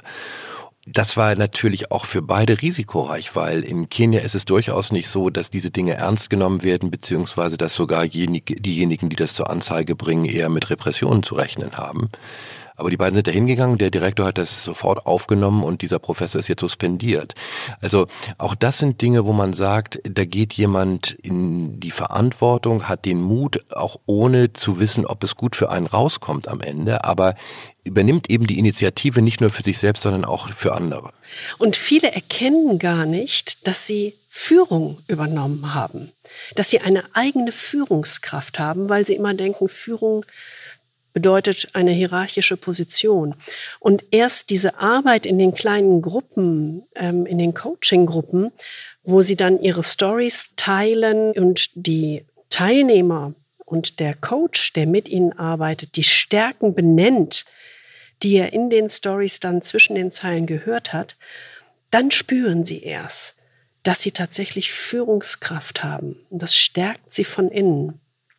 Das war natürlich auch für beide risikoreich, weil in Kenia ist es durchaus nicht so, dass diese Dinge ernst genommen werden, beziehungsweise dass sogar diejenigen, die das zur Anzeige bringen, eher mit Repressionen zu rechnen haben. Aber die beiden sind da hingegangen, der Direktor hat das sofort aufgenommen und dieser Professor ist jetzt suspendiert. Also auch das sind Dinge, wo man sagt, da geht jemand in die Verantwortung, hat den Mut, auch ohne zu wissen, ob es gut für einen rauskommt am Ende, aber übernimmt eben die Initiative nicht nur für sich selbst, sondern auch für andere. Und viele erkennen gar nicht, dass sie Führung übernommen haben, dass sie eine eigene Führungskraft haben, weil sie immer denken, Führung bedeutet eine hierarchische Position. Und erst diese Arbeit in den kleinen Gruppen, ähm, in den Coaching-Gruppen, wo sie dann ihre Stories teilen und die Teilnehmer und der Coach, der mit ihnen arbeitet, die Stärken benennt, die er in den Stories dann zwischen den Zeilen gehört hat, dann spüren sie erst, dass sie tatsächlich Führungskraft haben. Und das stärkt sie von innen.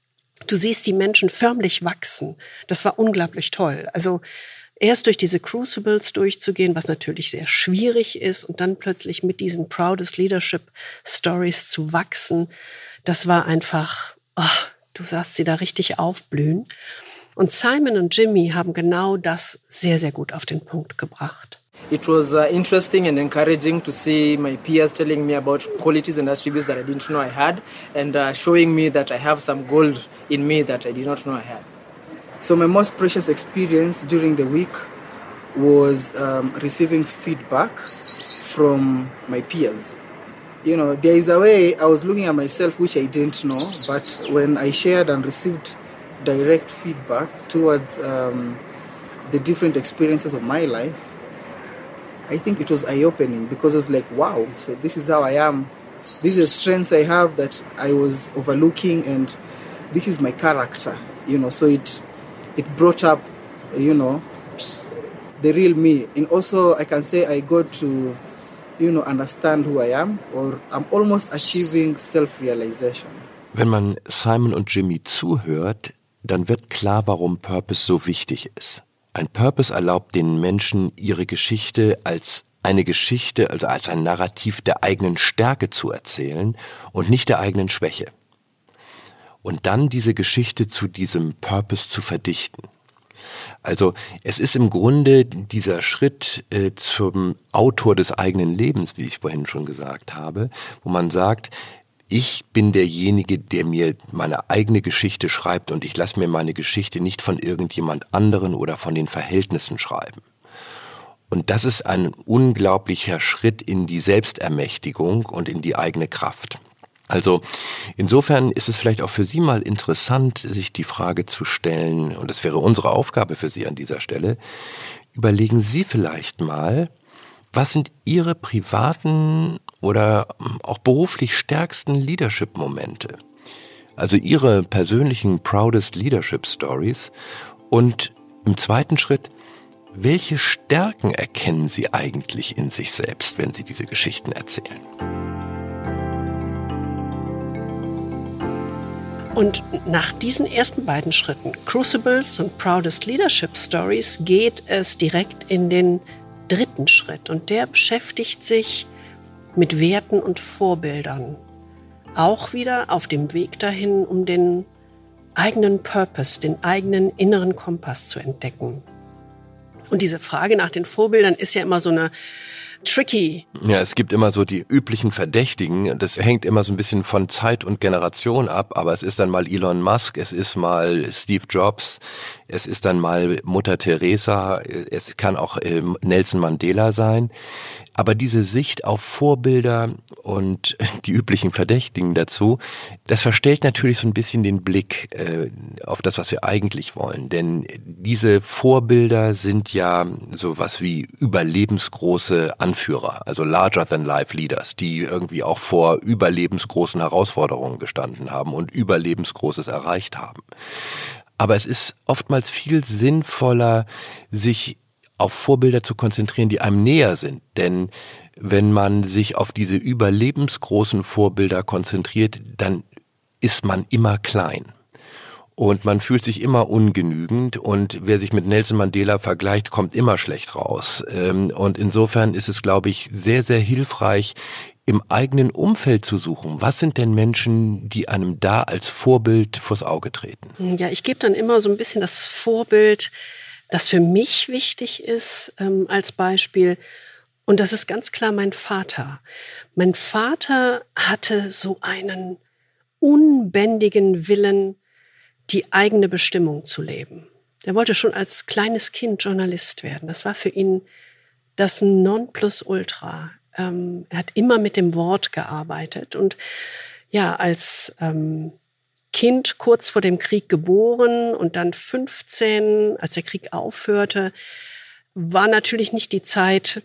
Du siehst die Menschen förmlich wachsen. Das war unglaublich toll. Also erst durch diese Crucibles durchzugehen, was natürlich sehr schwierig ist, und dann plötzlich mit diesen Proudest Leadership Stories zu wachsen, das war einfach, oh, du sahst sie da richtig aufblühen. Und Simon und Jimmy haben genau das sehr, sehr gut auf den Punkt gebracht. It was uh, interesting and encouraging to see my peers telling me about qualities and attributes that I didn't know I had, and uh, showing me that I have some gold in me that I did not know I had. So my most precious experience during the week was um, receiving feedback from my peers. You know, there is a way I was looking at myself which I didn't know, but when I shared and received direct feedback towards um, the different experiences of my life, I think it was eye-opening, because it was like, wow, so this is how I am. This is strengths I have that I was overlooking, and this is my character, you know. So it it brought up, you know, the real me. And also I can say I got to, you know, understand who I am, or I'm almost achieving self-realization. Wenn man Simon und Jimmy zuhört, dann wird klar, warum Purpose so wichtig ist. Ein Purpose erlaubt den Menschen, ihre Geschichte als eine Geschichte, also als ein Narrativ der eigenen Stärke zu erzählen und nicht der eigenen Schwäche. Und dann diese Geschichte zu diesem Purpose zu verdichten. Also es ist im Grunde dieser Schritt äh, zum Autor des eigenen Lebens, wie ich vorhin schon gesagt habe, wo man sagt, Ich bin derjenige, der mir meine eigene Geschichte schreibt und ich lasse mir meine Geschichte nicht von irgendjemand anderen oder von den Verhältnissen schreiben. Und das ist ein unglaublicher Schritt in die Selbstermächtigung und in die eigene Kraft. Also insofern ist es vielleicht auch für Sie mal interessant, sich die Frage zu stellen, und das wäre unsere Aufgabe für Sie an dieser Stelle, überlegen Sie vielleicht mal, was sind Ihre privaten oder auch beruflich stärksten Leadership-Momente? Also Ihre persönlichen proudest Leadership Stories. Und im zweiten Schritt, welche Stärken erkennen Sie eigentlich in sich selbst, wenn Sie diese Geschichten erzählen? Und nach diesen ersten beiden Schritten, Crucibles und Proudest Leadership Stories, geht es direkt in den dritten Schritt. Und der beschäftigt sich mit Werten und Vorbildern. Auch wieder auf dem Weg dahin, um den eigenen Purpose, den eigenen inneren Kompass zu entdecken. Und diese Frage nach den Vorbildern ist ja immer so eine tricky. Ja, es gibt immer so die üblichen Verdächtigen. Das hängt immer so ein bisschen von Zeit und Generation ab. Aber es ist dann mal Elon Musk, es ist mal Steve Jobs, es ist dann mal Mutter Teresa, es kann auch Nelson Mandela sein. Aber diese Sicht auf Vorbilder und die üblichen Verdächtigen dazu, das verstellt natürlich so ein bisschen den Blick äh, auf das, was wir eigentlich wollen. Denn diese Vorbilder sind ja sowas wie überlebensgroße Anführer, also larger-than-life Leaders, die irgendwie auch vor überlebensgroßen Herausforderungen gestanden haben und Überlebensgroßes erreicht haben. Aber es ist oftmals viel sinnvoller, sich auf Vorbilder zu konzentrieren, die einem näher sind. Denn wenn man sich auf diese überlebensgroßen Vorbilder konzentriert, dann ist man immer klein. Und man fühlt sich immer ungenügend und wer sich mit Nelson Mandela vergleicht, kommt immer schlecht raus. Und insofern ist es, glaube ich, sehr, sehr hilfreich, im eigenen Umfeld zu suchen. Was sind denn Menschen, die einem da als Vorbild vors Auge treten? Ja, ich gebe dann immer so ein bisschen das Vorbild, das für mich wichtig ist, ähm, als Beispiel. Und das ist ganz klar mein Vater. Mein Vater hatte so einen unbändigen Willen, die eigene Bestimmung zu leben. Er wollte schon als kleines Kind Journalist werden. Das war für ihn das Nonplusultra. Ähm, er hat immer mit dem Wort gearbeitet. Und ja, als ähm, Kind kurz vor dem Krieg geboren und dann fünfzehn, als der Krieg aufhörte, war natürlich nicht die Zeit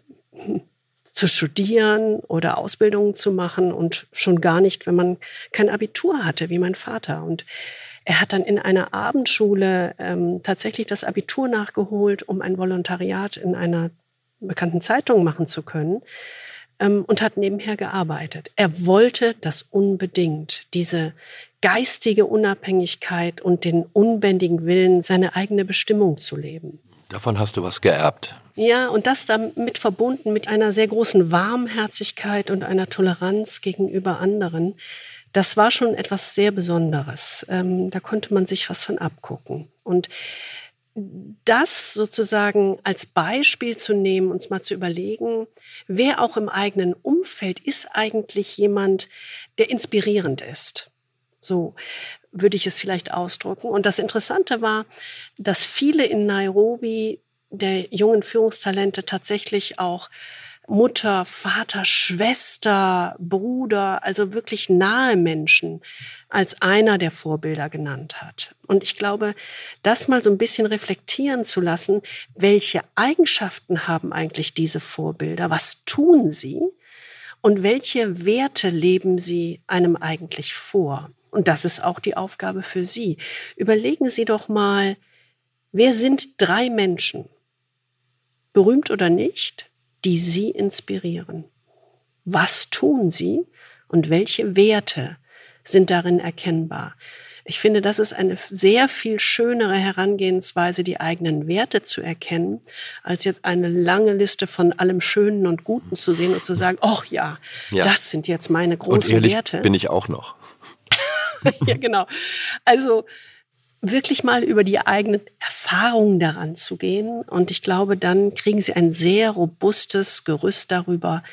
zu studieren oder Ausbildungen zu machen und schon gar nicht, wenn man kein Abitur hatte, wie mein Vater. Und er hat dann in einer Abendschule ähm, tatsächlich das Abitur nachgeholt, um ein Volontariat in einer bekannten Zeitung machen zu können. Und hat nebenher gearbeitet. Er wollte das unbedingt, diese geistige Unabhängigkeit und den unbändigen Willen, seine eigene Bestimmung zu leben. Davon hast du was geerbt. Ja, und das damit verbunden mit einer sehr großen Warmherzigkeit und einer Toleranz gegenüber anderen. Das war schon etwas sehr Besonderes. Ähm, da konnte man sich was von abgucken. Und das sozusagen als Beispiel zu nehmen, uns mal zu überlegen, wer auch im eigenen Umfeld ist eigentlich jemand, der inspirierend ist. So würde ich es vielleicht ausdrücken. Und das Interessante war, dass viele in Nairobi der jungen Führungstalente tatsächlich auch Mutter, Vater, Schwester, Bruder, also wirklich nahe Menschen als einer der Vorbilder genannt hat. Und ich glaube, das mal so ein bisschen reflektieren zu lassen, welche Eigenschaften haben eigentlich diese Vorbilder, was tun sie und welche Werte leben sie einem eigentlich vor. Und das ist auch die Aufgabe für Sie. Überlegen Sie doch mal, wer sind drei Menschen, berühmt oder nicht, die Sie inspirieren? Was tun sie und welche Werte sind darin erkennbar? Ich finde, das ist eine sehr viel schönere Herangehensweise, die eigenen Werte zu erkennen, als jetzt eine lange Liste von allem Schönen und Guten zu sehen und zu sagen, ach ja, ja, das sind jetzt meine großen und ehrlich Werte. Bin ich auch noch. Ja, genau. Also wirklich mal über die eigenen Erfahrungen daran zu gehen. Und ich glaube, dann kriegen Sie ein sehr robustes Gerüst darüber,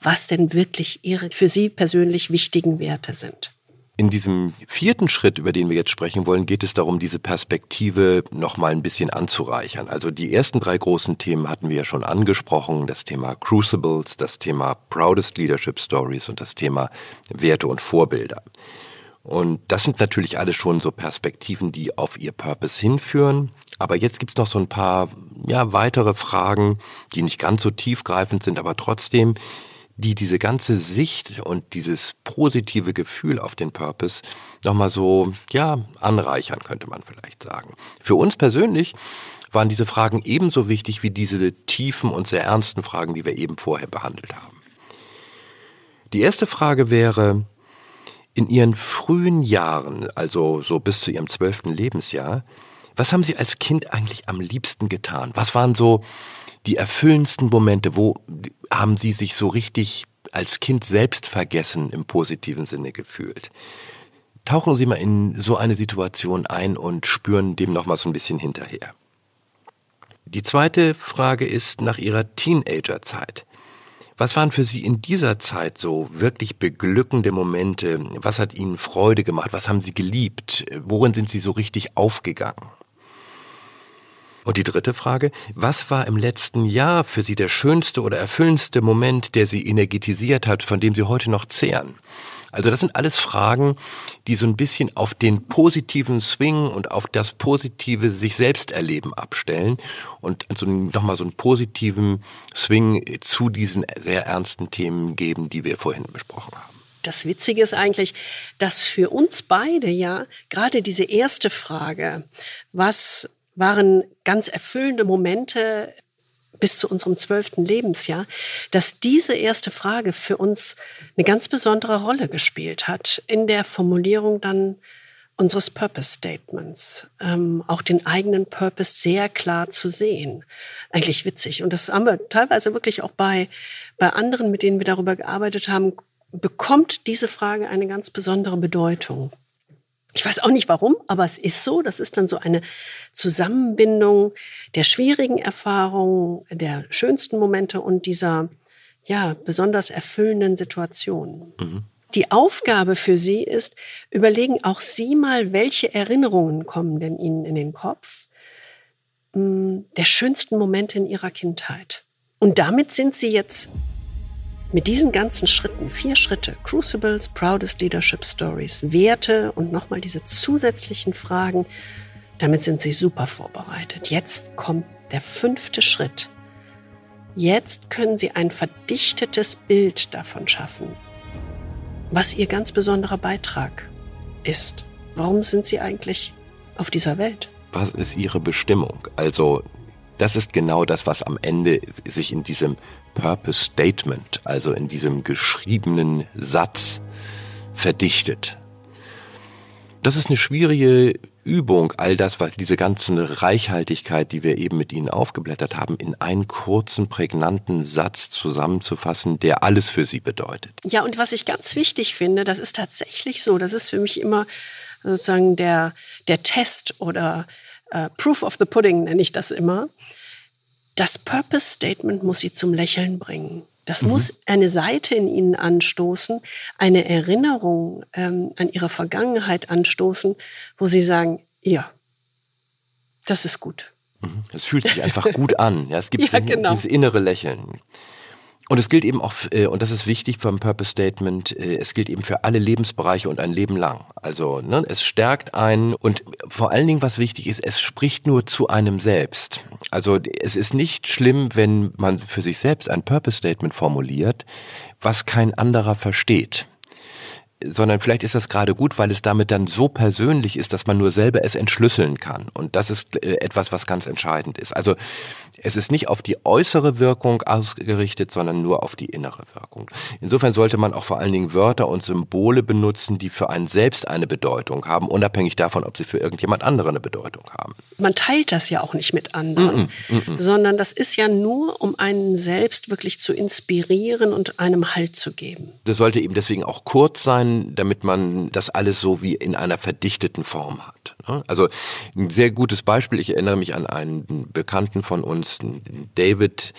was denn wirklich ihre für Sie persönlich wichtigen Werte sind. In diesem vierten Schritt, über den wir jetzt sprechen wollen, geht es darum, diese Perspektive noch mal ein bisschen anzureichern. Also die ersten drei großen Themen hatten wir ja schon angesprochen. Das Thema Crucibles, das Thema Proudest Leadership Stories und das Thema Werte und Vorbilder. Und das sind natürlich alles schon so Perspektiven, die auf ihr Purpose hinführen. Aber jetzt gibt's noch so ein paar ja, weitere Fragen, die nicht ganz so tiefgreifend sind, aber trotzdem, die diese ganze Sicht und dieses positive Gefühl auf den Purpose nochmal so, ja, anreichern, könnte man vielleicht sagen. Für uns persönlich waren diese Fragen ebenso wichtig wie diese tiefen und sehr ernsten Fragen, die wir eben vorher behandelt haben. Die erste Frage wäre, in Ihren frühen Jahren, also so bis zu Ihrem zwölften Lebensjahr, was haben Sie als Kind eigentlich am liebsten getan? Was waren so die erfüllendsten Momente? Wo haben Sie sich so richtig als Kind selbst vergessen im positiven Sinne gefühlt? Tauchen Sie mal in so eine Situation ein und spüren dem noch mal so ein bisschen hinterher. Die zweite Frage ist nach Ihrer Teenagerzeit. Was waren für Sie in dieser Zeit so wirklich beglückende Momente? Was hat Ihnen Freude gemacht? Was haben Sie geliebt? Worin sind Sie so richtig aufgegangen? Und die dritte Frage, was war im letzten Jahr für Sie der schönste oder erfüllendste Moment, der Sie energetisiert hat, von dem Sie heute noch zehren? Also das sind alles Fragen, die so ein bisschen auf den positiven Swing und auf das positive sich selbst erleben abstellen und so nochmal so einen positiven Swing zu diesen sehr ernsten Themen geben, die wir vorhin besprochen haben. Das Witzige ist eigentlich, dass für uns beide ja gerade diese erste Frage, was waren ganz erfüllende Momente bis zu unserem zwölften Lebensjahr, dass diese erste Frage für uns eine ganz besondere Rolle gespielt hat in der Formulierung dann unseres Purpose Statements. Ähm, auch den eigenen Purpose sehr klar zu sehen. Eigentlich witzig. Und das haben wir teilweise wirklich auch bei, bei anderen, mit denen wir darüber gearbeitet haben, bekommt diese Frage eine ganz besondere Bedeutung. Ich weiß auch nicht warum, aber es ist so. Das ist dann so eine Zusammenbindung der schwierigen Erfahrungen, der schönsten Momente und dieser ja besonders erfüllenden Situationen. Mhm. Die Aufgabe für Sie ist, überlegen auch Sie mal, welche Erinnerungen kommen denn Ihnen in den Kopf der schönsten Momente in Ihrer Kindheit. Und damit sind Sie jetzt mit diesen ganzen Schritten, vier Schritte, Crucibles, Proudest Leadership Stories, Werte und nochmal diese zusätzlichen Fragen, damit sind Sie super vorbereitet. Jetzt kommt der fünfte Schritt. Jetzt können Sie ein verdichtetes Bild davon schaffen, was Ihr ganz besonderer Beitrag ist. Warum sind Sie eigentlich auf dieser Welt? Was ist Ihre Bestimmung? Also das ist genau das, was am Ende sich in diesem Purpose Statement, also in diesem geschriebenen Satz verdichtet. Das ist eine schwierige Übung, all das, was diese ganze Reichhaltigkeit, die wir eben mit Ihnen aufgeblättert haben, in einen kurzen, prägnanten Satz zusammenzufassen, der alles für Sie bedeutet. Ja, und was ich ganz wichtig finde, das ist tatsächlich so, das ist für mich immer sozusagen der, der Test oder äh, Proof of the Pudding, nenne ich das immer. Das Purpose Statement muss Sie zum Lächeln bringen. Das mhm. muss eine Seite in Ihnen anstoßen, eine Erinnerung ähm, an Ihre Vergangenheit anstoßen, wo Sie sagen, ja, das ist gut. Es fühlt sich einfach gut an. Ja, es gibt ja, genau. dieses innere Lächeln. Und es gilt eben auch, und das ist wichtig vom Purpose Statement, es gilt eben für alle Lebensbereiche und ein Leben lang. Also ne, es stärkt einen und vor allen Dingen, was wichtig ist, es spricht nur zu einem selbst. Also es ist nicht schlimm, wenn man für sich selbst ein Purpose Statement formuliert, was kein anderer versteht. Sondern vielleicht ist das gerade gut, weil es damit dann so persönlich ist, dass man nur selber es entschlüsseln kann. Und das ist äh, etwas, was ganz entscheidend ist. Also es ist nicht auf die äußere Wirkung ausgerichtet, sondern nur auf die innere Wirkung. Insofern sollte man auch vor allen Dingen Wörter und Symbole benutzen, die für einen selbst eine Bedeutung haben, unabhängig davon, ob sie für irgendjemand anderen eine Bedeutung haben. Man teilt das ja auch nicht mit anderen, mm -mm, mm sondern das ist ja nur, um einen selbst wirklich zu inspirieren und einem Halt zu geben. Das sollte eben deswegen auch kurz sein, damit man das alles so wie in einer verdichteten Form hat. Also ein sehr gutes Beispiel, ich erinnere mich an einen Bekannten von uns, David,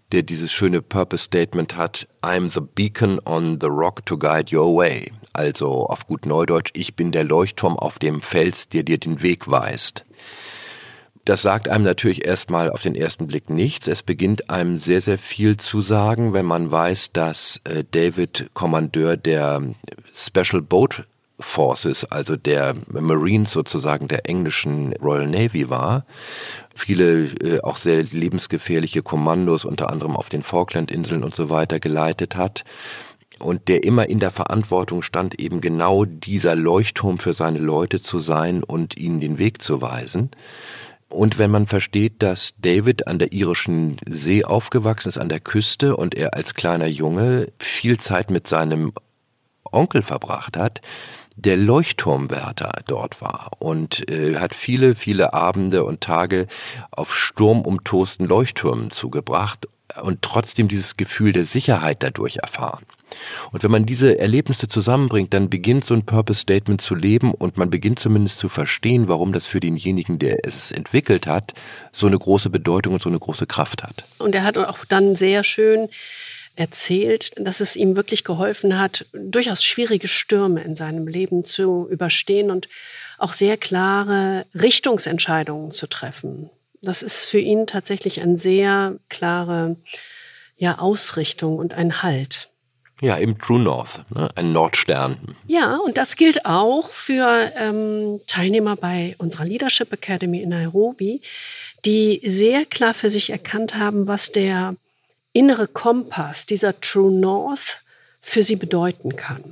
der dieses schöne Purpose-Statement hat, I'm the beacon on the rock to guide your way. Also auf gut Neudeutsch, ich bin der Leuchtturm auf dem Fels, der dir den Weg weist. Das sagt einem natürlich erstmal auf den ersten Blick nichts. Es beginnt einem sehr, sehr viel zu sagen, wenn man weiß, dass äh, David Kommandeur der Special Boat Forces, also der Marines sozusagen der englischen Royal Navy war. Viele äh, auch sehr lebensgefährliche Kommandos, unter anderem auf den Falklandinseln und so weiter, geleitet hat. Und der immer in der Verantwortung stand, eben genau dieser Leuchtturm für seine Leute zu sein und ihnen den Weg zu weisen. Und wenn man versteht, dass David an der irischen See aufgewachsen ist, an der Küste, und er als kleiner Junge viel Zeit mit seinem Onkel verbracht hat, der Leuchtturmwärter dort war und äh, hat viele, viele Abende und Tage auf sturmumtosten Leuchttürmen zugebracht und trotzdem dieses Gefühl der Sicherheit dadurch erfahren. Und wenn man diese Erlebnisse zusammenbringt, dann beginnt so ein Purpose-Statement zu leben und man beginnt zumindest zu verstehen, warum das für denjenigen, der es entwickelt hat, so eine große Bedeutung und so eine große Kraft hat. Und er hat auch dann sehr schön erzählt, dass es ihm wirklich geholfen hat, durchaus schwierige Stürme in seinem Leben zu überstehen und auch sehr klare Richtungsentscheidungen zu treffen. Das ist für ihn tatsächlich eine sehr klare ja, Ausrichtung und ein Halt. Ja, eben True North, ne? Ein Nordstern. Ja, und das gilt auch für ähm, Teilnehmer bei unserer Leadership Academy in Nairobi, die sehr klar für sich erkannt haben, was der innere Kompass, dieser True North, für sie bedeuten kann.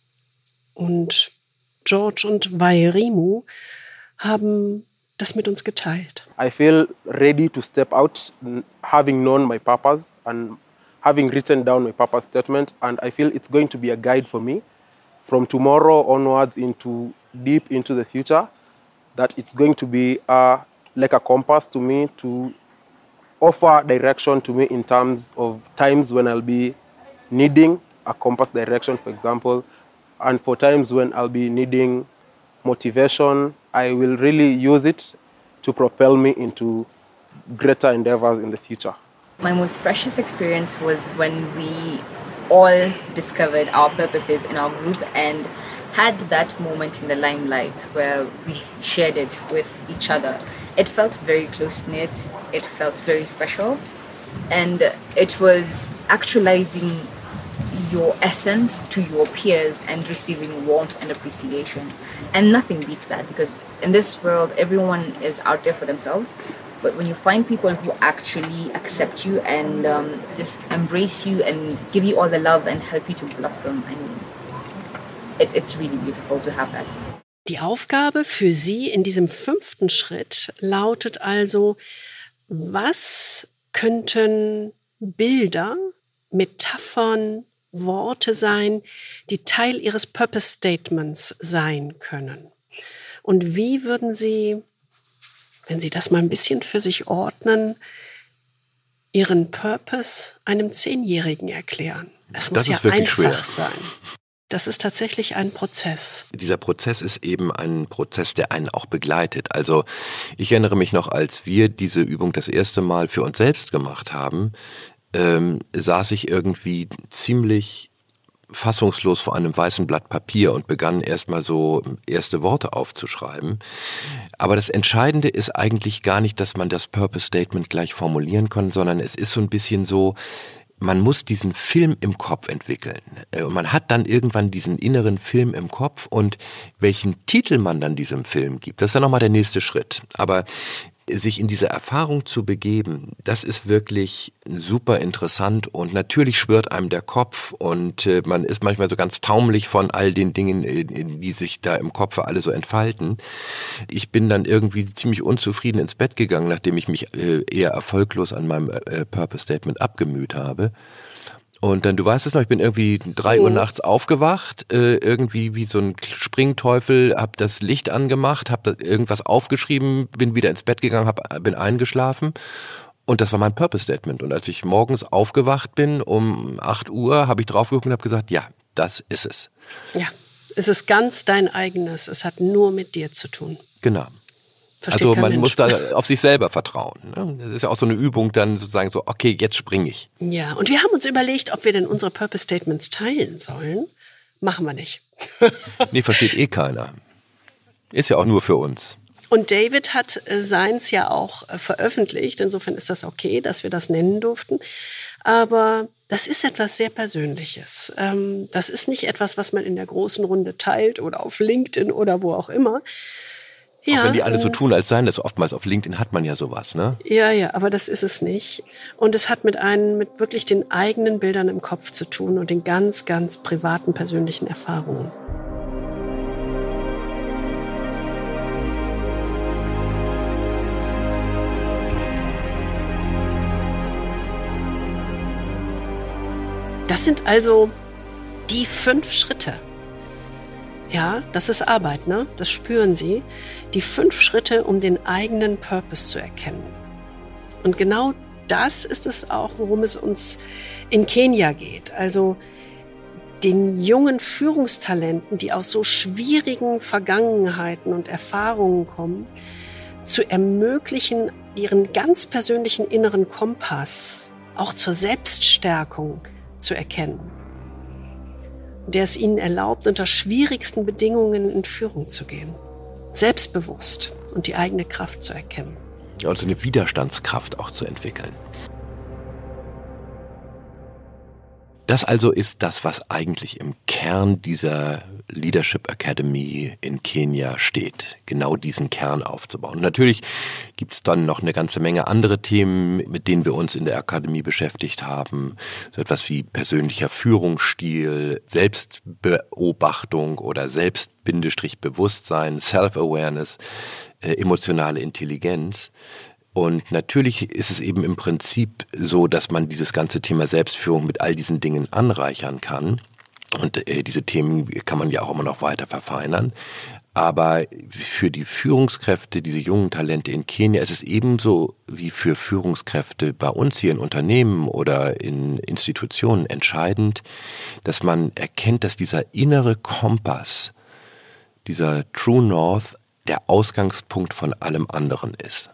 Und George und Wairimu haben das mit uns geteilt. I feel ready to step out, having known my purpose and having written down my purpose statement, and I feel it's going to be a guide for me from tomorrow onwards into deep into the future, that it's going to be uh, like a compass to me to offer direction to me in terms of times when I'll be needing a compass direction, for example, and for times when I'll be needing motivation, I will really use it to propel me into greater endeavors in the future. My most precious experience was when we all discovered our purposes in our group and had that moment in the limelight where we shared it with each other. It felt very close-knit, it felt very special, and it was actualizing your essence to your peers and receiving warmth and appreciation. And nothing beats that, because in this world, everyone is out there for themselves. But when you find people who actually accept you and um, just embrace you and give you all the love and help you to blossom, I mean, it, it's really beautiful to have that. Die Aufgabe für Sie in diesem fünften Schritt lautet also, was könnten Bilder, Metaphern, Worte sein, die Teil Ihres Purpose Statements sein können? Und wie würden Sie, wenn Sie das mal ein bisschen für sich ordnen, Ihren Purpose einem Zehnjährigen erklären? Es muss ja einfach sein. Das ist tatsächlich ein Prozess. Dieser Prozess ist eben ein Prozess, der einen auch begleitet. Also ich erinnere mich noch, als wir diese Übung das erste Mal für uns selbst gemacht haben, ähm, saß ich irgendwie ziemlich fassungslos vor einem weißen Blatt Papier und begann erstmal so erste Worte aufzuschreiben. Aber das Entscheidende ist eigentlich gar nicht, dass man das Purpose Statement gleich formulieren kann, sondern es ist so ein bisschen so, man muss diesen Film im Kopf entwickeln. Und man hat dann irgendwann diesen inneren Film im Kopf, und welchen Titel man dann diesem Film gibt, das ist dann nochmal der nächste Schritt. Aber sich in diese Erfahrung zu begeben, das ist wirklich super interessant, und natürlich schwirrt einem der Kopf und äh, man ist manchmal so ganz taumelig von all den Dingen, äh, die sich da im Kopf alle so entfalten. Ich bin dann irgendwie ziemlich unzufrieden ins Bett gegangen, nachdem ich mich äh, eher erfolglos an meinem äh, Purpose Statement abgemüht habe. Und dann, du weißt es noch, ich bin irgendwie drei Uhr nachts aufgewacht, äh, irgendwie wie so ein Springteufel, hab das Licht angemacht, hab da irgendwas aufgeschrieben, bin wieder ins Bett gegangen, hab, bin eingeschlafen, und das war mein Purpose Statement. Und als ich morgens aufgewacht bin um acht Uhr, habe ich drauf geguckt und habe gesagt, ja, das ist es. Ja, es ist ganz dein eigenes, es hat nur mit dir zu tun. Genau. Also man Mensch. muss da auf sich selber vertrauen. Ne? Das ist ja auch so eine Übung, dann sozusagen so, okay, jetzt springe ich. Ja, und wir haben uns überlegt, ob wir denn unsere Purpose Statements teilen sollen. Machen wir nicht. Nee, versteht eh keiner. Ist ja auch nur für uns. Und David hat seins ja auch veröffentlicht. Insofern ist das okay, dass wir das nennen durften. Aber das ist etwas sehr Persönliches. Das ist nicht etwas, was man in der großen Runde teilt oder auf LinkedIn oder wo auch immer. Ja, auch wenn die alle so tun, als seien das, oftmals auf LinkedIn hat man ja sowas, ne? Ja, ja, aber das ist es nicht. Und es hat mit einem, mit wirklich den eigenen Bildern im Kopf zu tun und den ganz, ganz privaten, persönlichen Erfahrungen. Das sind also die fünf Schritte. Ja, das ist Arbeit, ne? Das spüren Sie. Die fünf Schritte, um den eigenen Purpose zu erkennen. Und genau das ist es auch, worum es uns in Kenia geht. Also den jungen Führungstalenten, die aus so schwierigen Vergangenheiten und Erfahrungen kommen, zu ermöglichen, ihren ganz persönlichen inneren Kompass auch zur Selbststärkung zu erkennen, der es ihnen erlaubt, unter schwierigsten Bedingungen in Führung zu gehen, selbstbewusst und die eigene Kraft zu erkennen. Ja, und so eine Widerstandskraft auch zu entwickeln. Das also ist das, was eigentlich im Kern dieser Leadership Academy in Kenia steht, genau diesen Kern aufzubauen. Und natürlich gibt es dann noch eine ganze Menge andere Themen, mit denen wir uns in der Akademie beschäftigt haben. So etwas wie persönlicher Führungsstil, Selbstbeobachtung oder Selbst-Bewusstsein, Self-Awareness, äh, emotionale Intelligenz. Und natürlich ist es eben im Prinzip so, dass man dieses ganze Thema Selbstführung mit all diesen Dingen anreichern kann. Und äh, diese Themen kann man ja auch immer noch weiter verfeinern. Aber für die Führungskräfte, diese jungen Talente in Kenia, ist es ebenso wie für Führungskräfte bei uns hier in Unternehmen oder in Institutionen entscheidend, dass man erkennt, dass dieser innere Kompass, dieser True North, der Ausgangspunkt von allem anderen ist.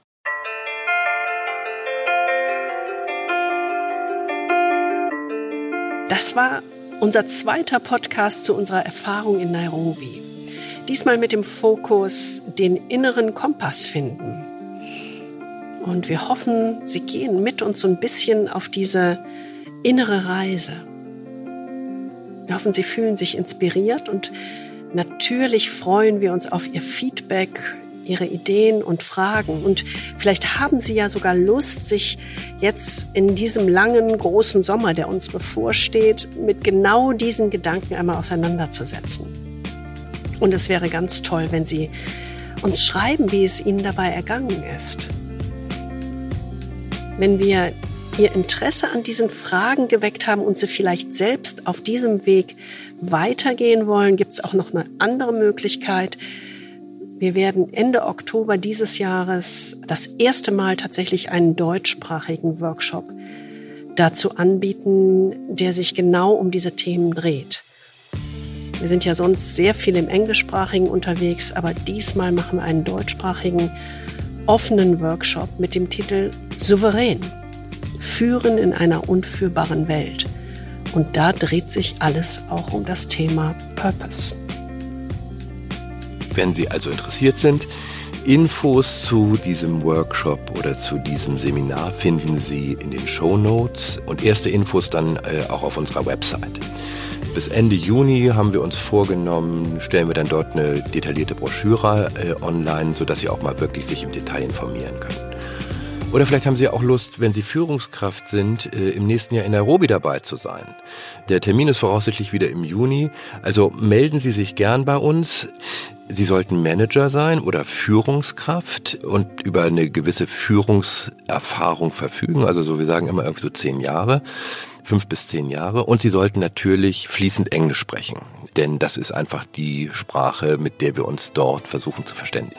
Das war unser zweiter Podcast zu unserer Erfahrung in Nairobi. Diesmal mit dem Fokus den inneren Kompass finden. Und wir hoffen, Sie gehen mit uns so ein bisschen auf diese innere Reise. Wir hoffen, Sie fühlen sich inspiriert und natürlich freuen wir uns auf Ihr Feedback, Ihre Ideen und Fragen. Und vielleicht haben Sie ja sogar Lust, sich jetzt in diesem langen, großen Sommer, der uns bevorsteht, mit genau diesen Gedanken einmal auseinanderzusetzen. Und es wäre ganz toll, wenn Sie uns schreiben, wie es Ihnen dabei ergangen ist. Wenn wir Ihr Interesse an diesen Fragen geweckt haben und Sie vielleicht selbst auf diesem Weg weitergehen wollen, gibt es auch noch eine andere Möglichkeit. Wir werden Ende Oktober dieses Jahres das erste Mal tatsächlich einen deutschsprachigen Workshop dazu anbieten, der sich genau um diese Themen dreht. Wir sind ja sonst sehr viel im Englischsprachigen unterwegs, aber diesmal machen wir einen deutschsprachigen, offenen Workshop mit dem Titel Souverän. Führen in einer unführbaren Welt. Und da dreht sich alles auch um das Thema Purpose. Wenn Sie also interessiert sind, Infos zu diesem Workshop oder zu diesem Seminar finden Sie in den Shownotes und erste Infos dann äh, auch auf unserer Website. Bis Ende Juni haben wir uns vorgenommen, stellen wir dann dort eine detaillierte Broschüre äh, online, sodass Sie auch mal wirklich sich im Detail informieren können. Oder vielleicht haben Sie auch Lust, wenn Sie Führungskraft sind, äh, im nächsten Jahr in Nairobi dabei zu sein. Der Termin ist voraussichtlich wieder im Juni, also melden Sie sich gern bei uns. Sie sollten Manager sein oder Führungskraft und über eine gewisse Führungserfahrung verfügen, also so, wir sagen immer irgendwie so zehn Jahre, fünf bis zehn Jahre. Und Sie sollten natürlich fließend Englisch sprechen, denn das ist einfach die Sprache, mit der wir uns dort versuchen zu verständigen.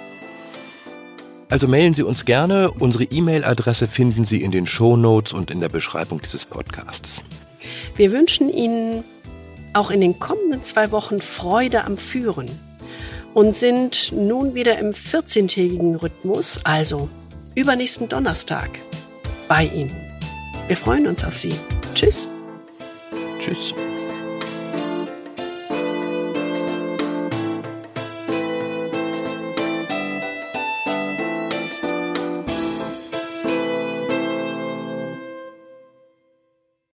Also mailen Sie uns gerne. Unsere E-Mail-Adresse finden Sie in den Shownotes und in der Beschreibung dieses Podcasts. Wir wünschen Ihnen auch in den kommenden zwei Wochen Freude am Führen und sind nun wieder im vierzehntägigen Rhythmus, also übernächsten Donnerstag, bei Ihnen. Wir freuen uns auf Sie. Tschüss. Tschüss.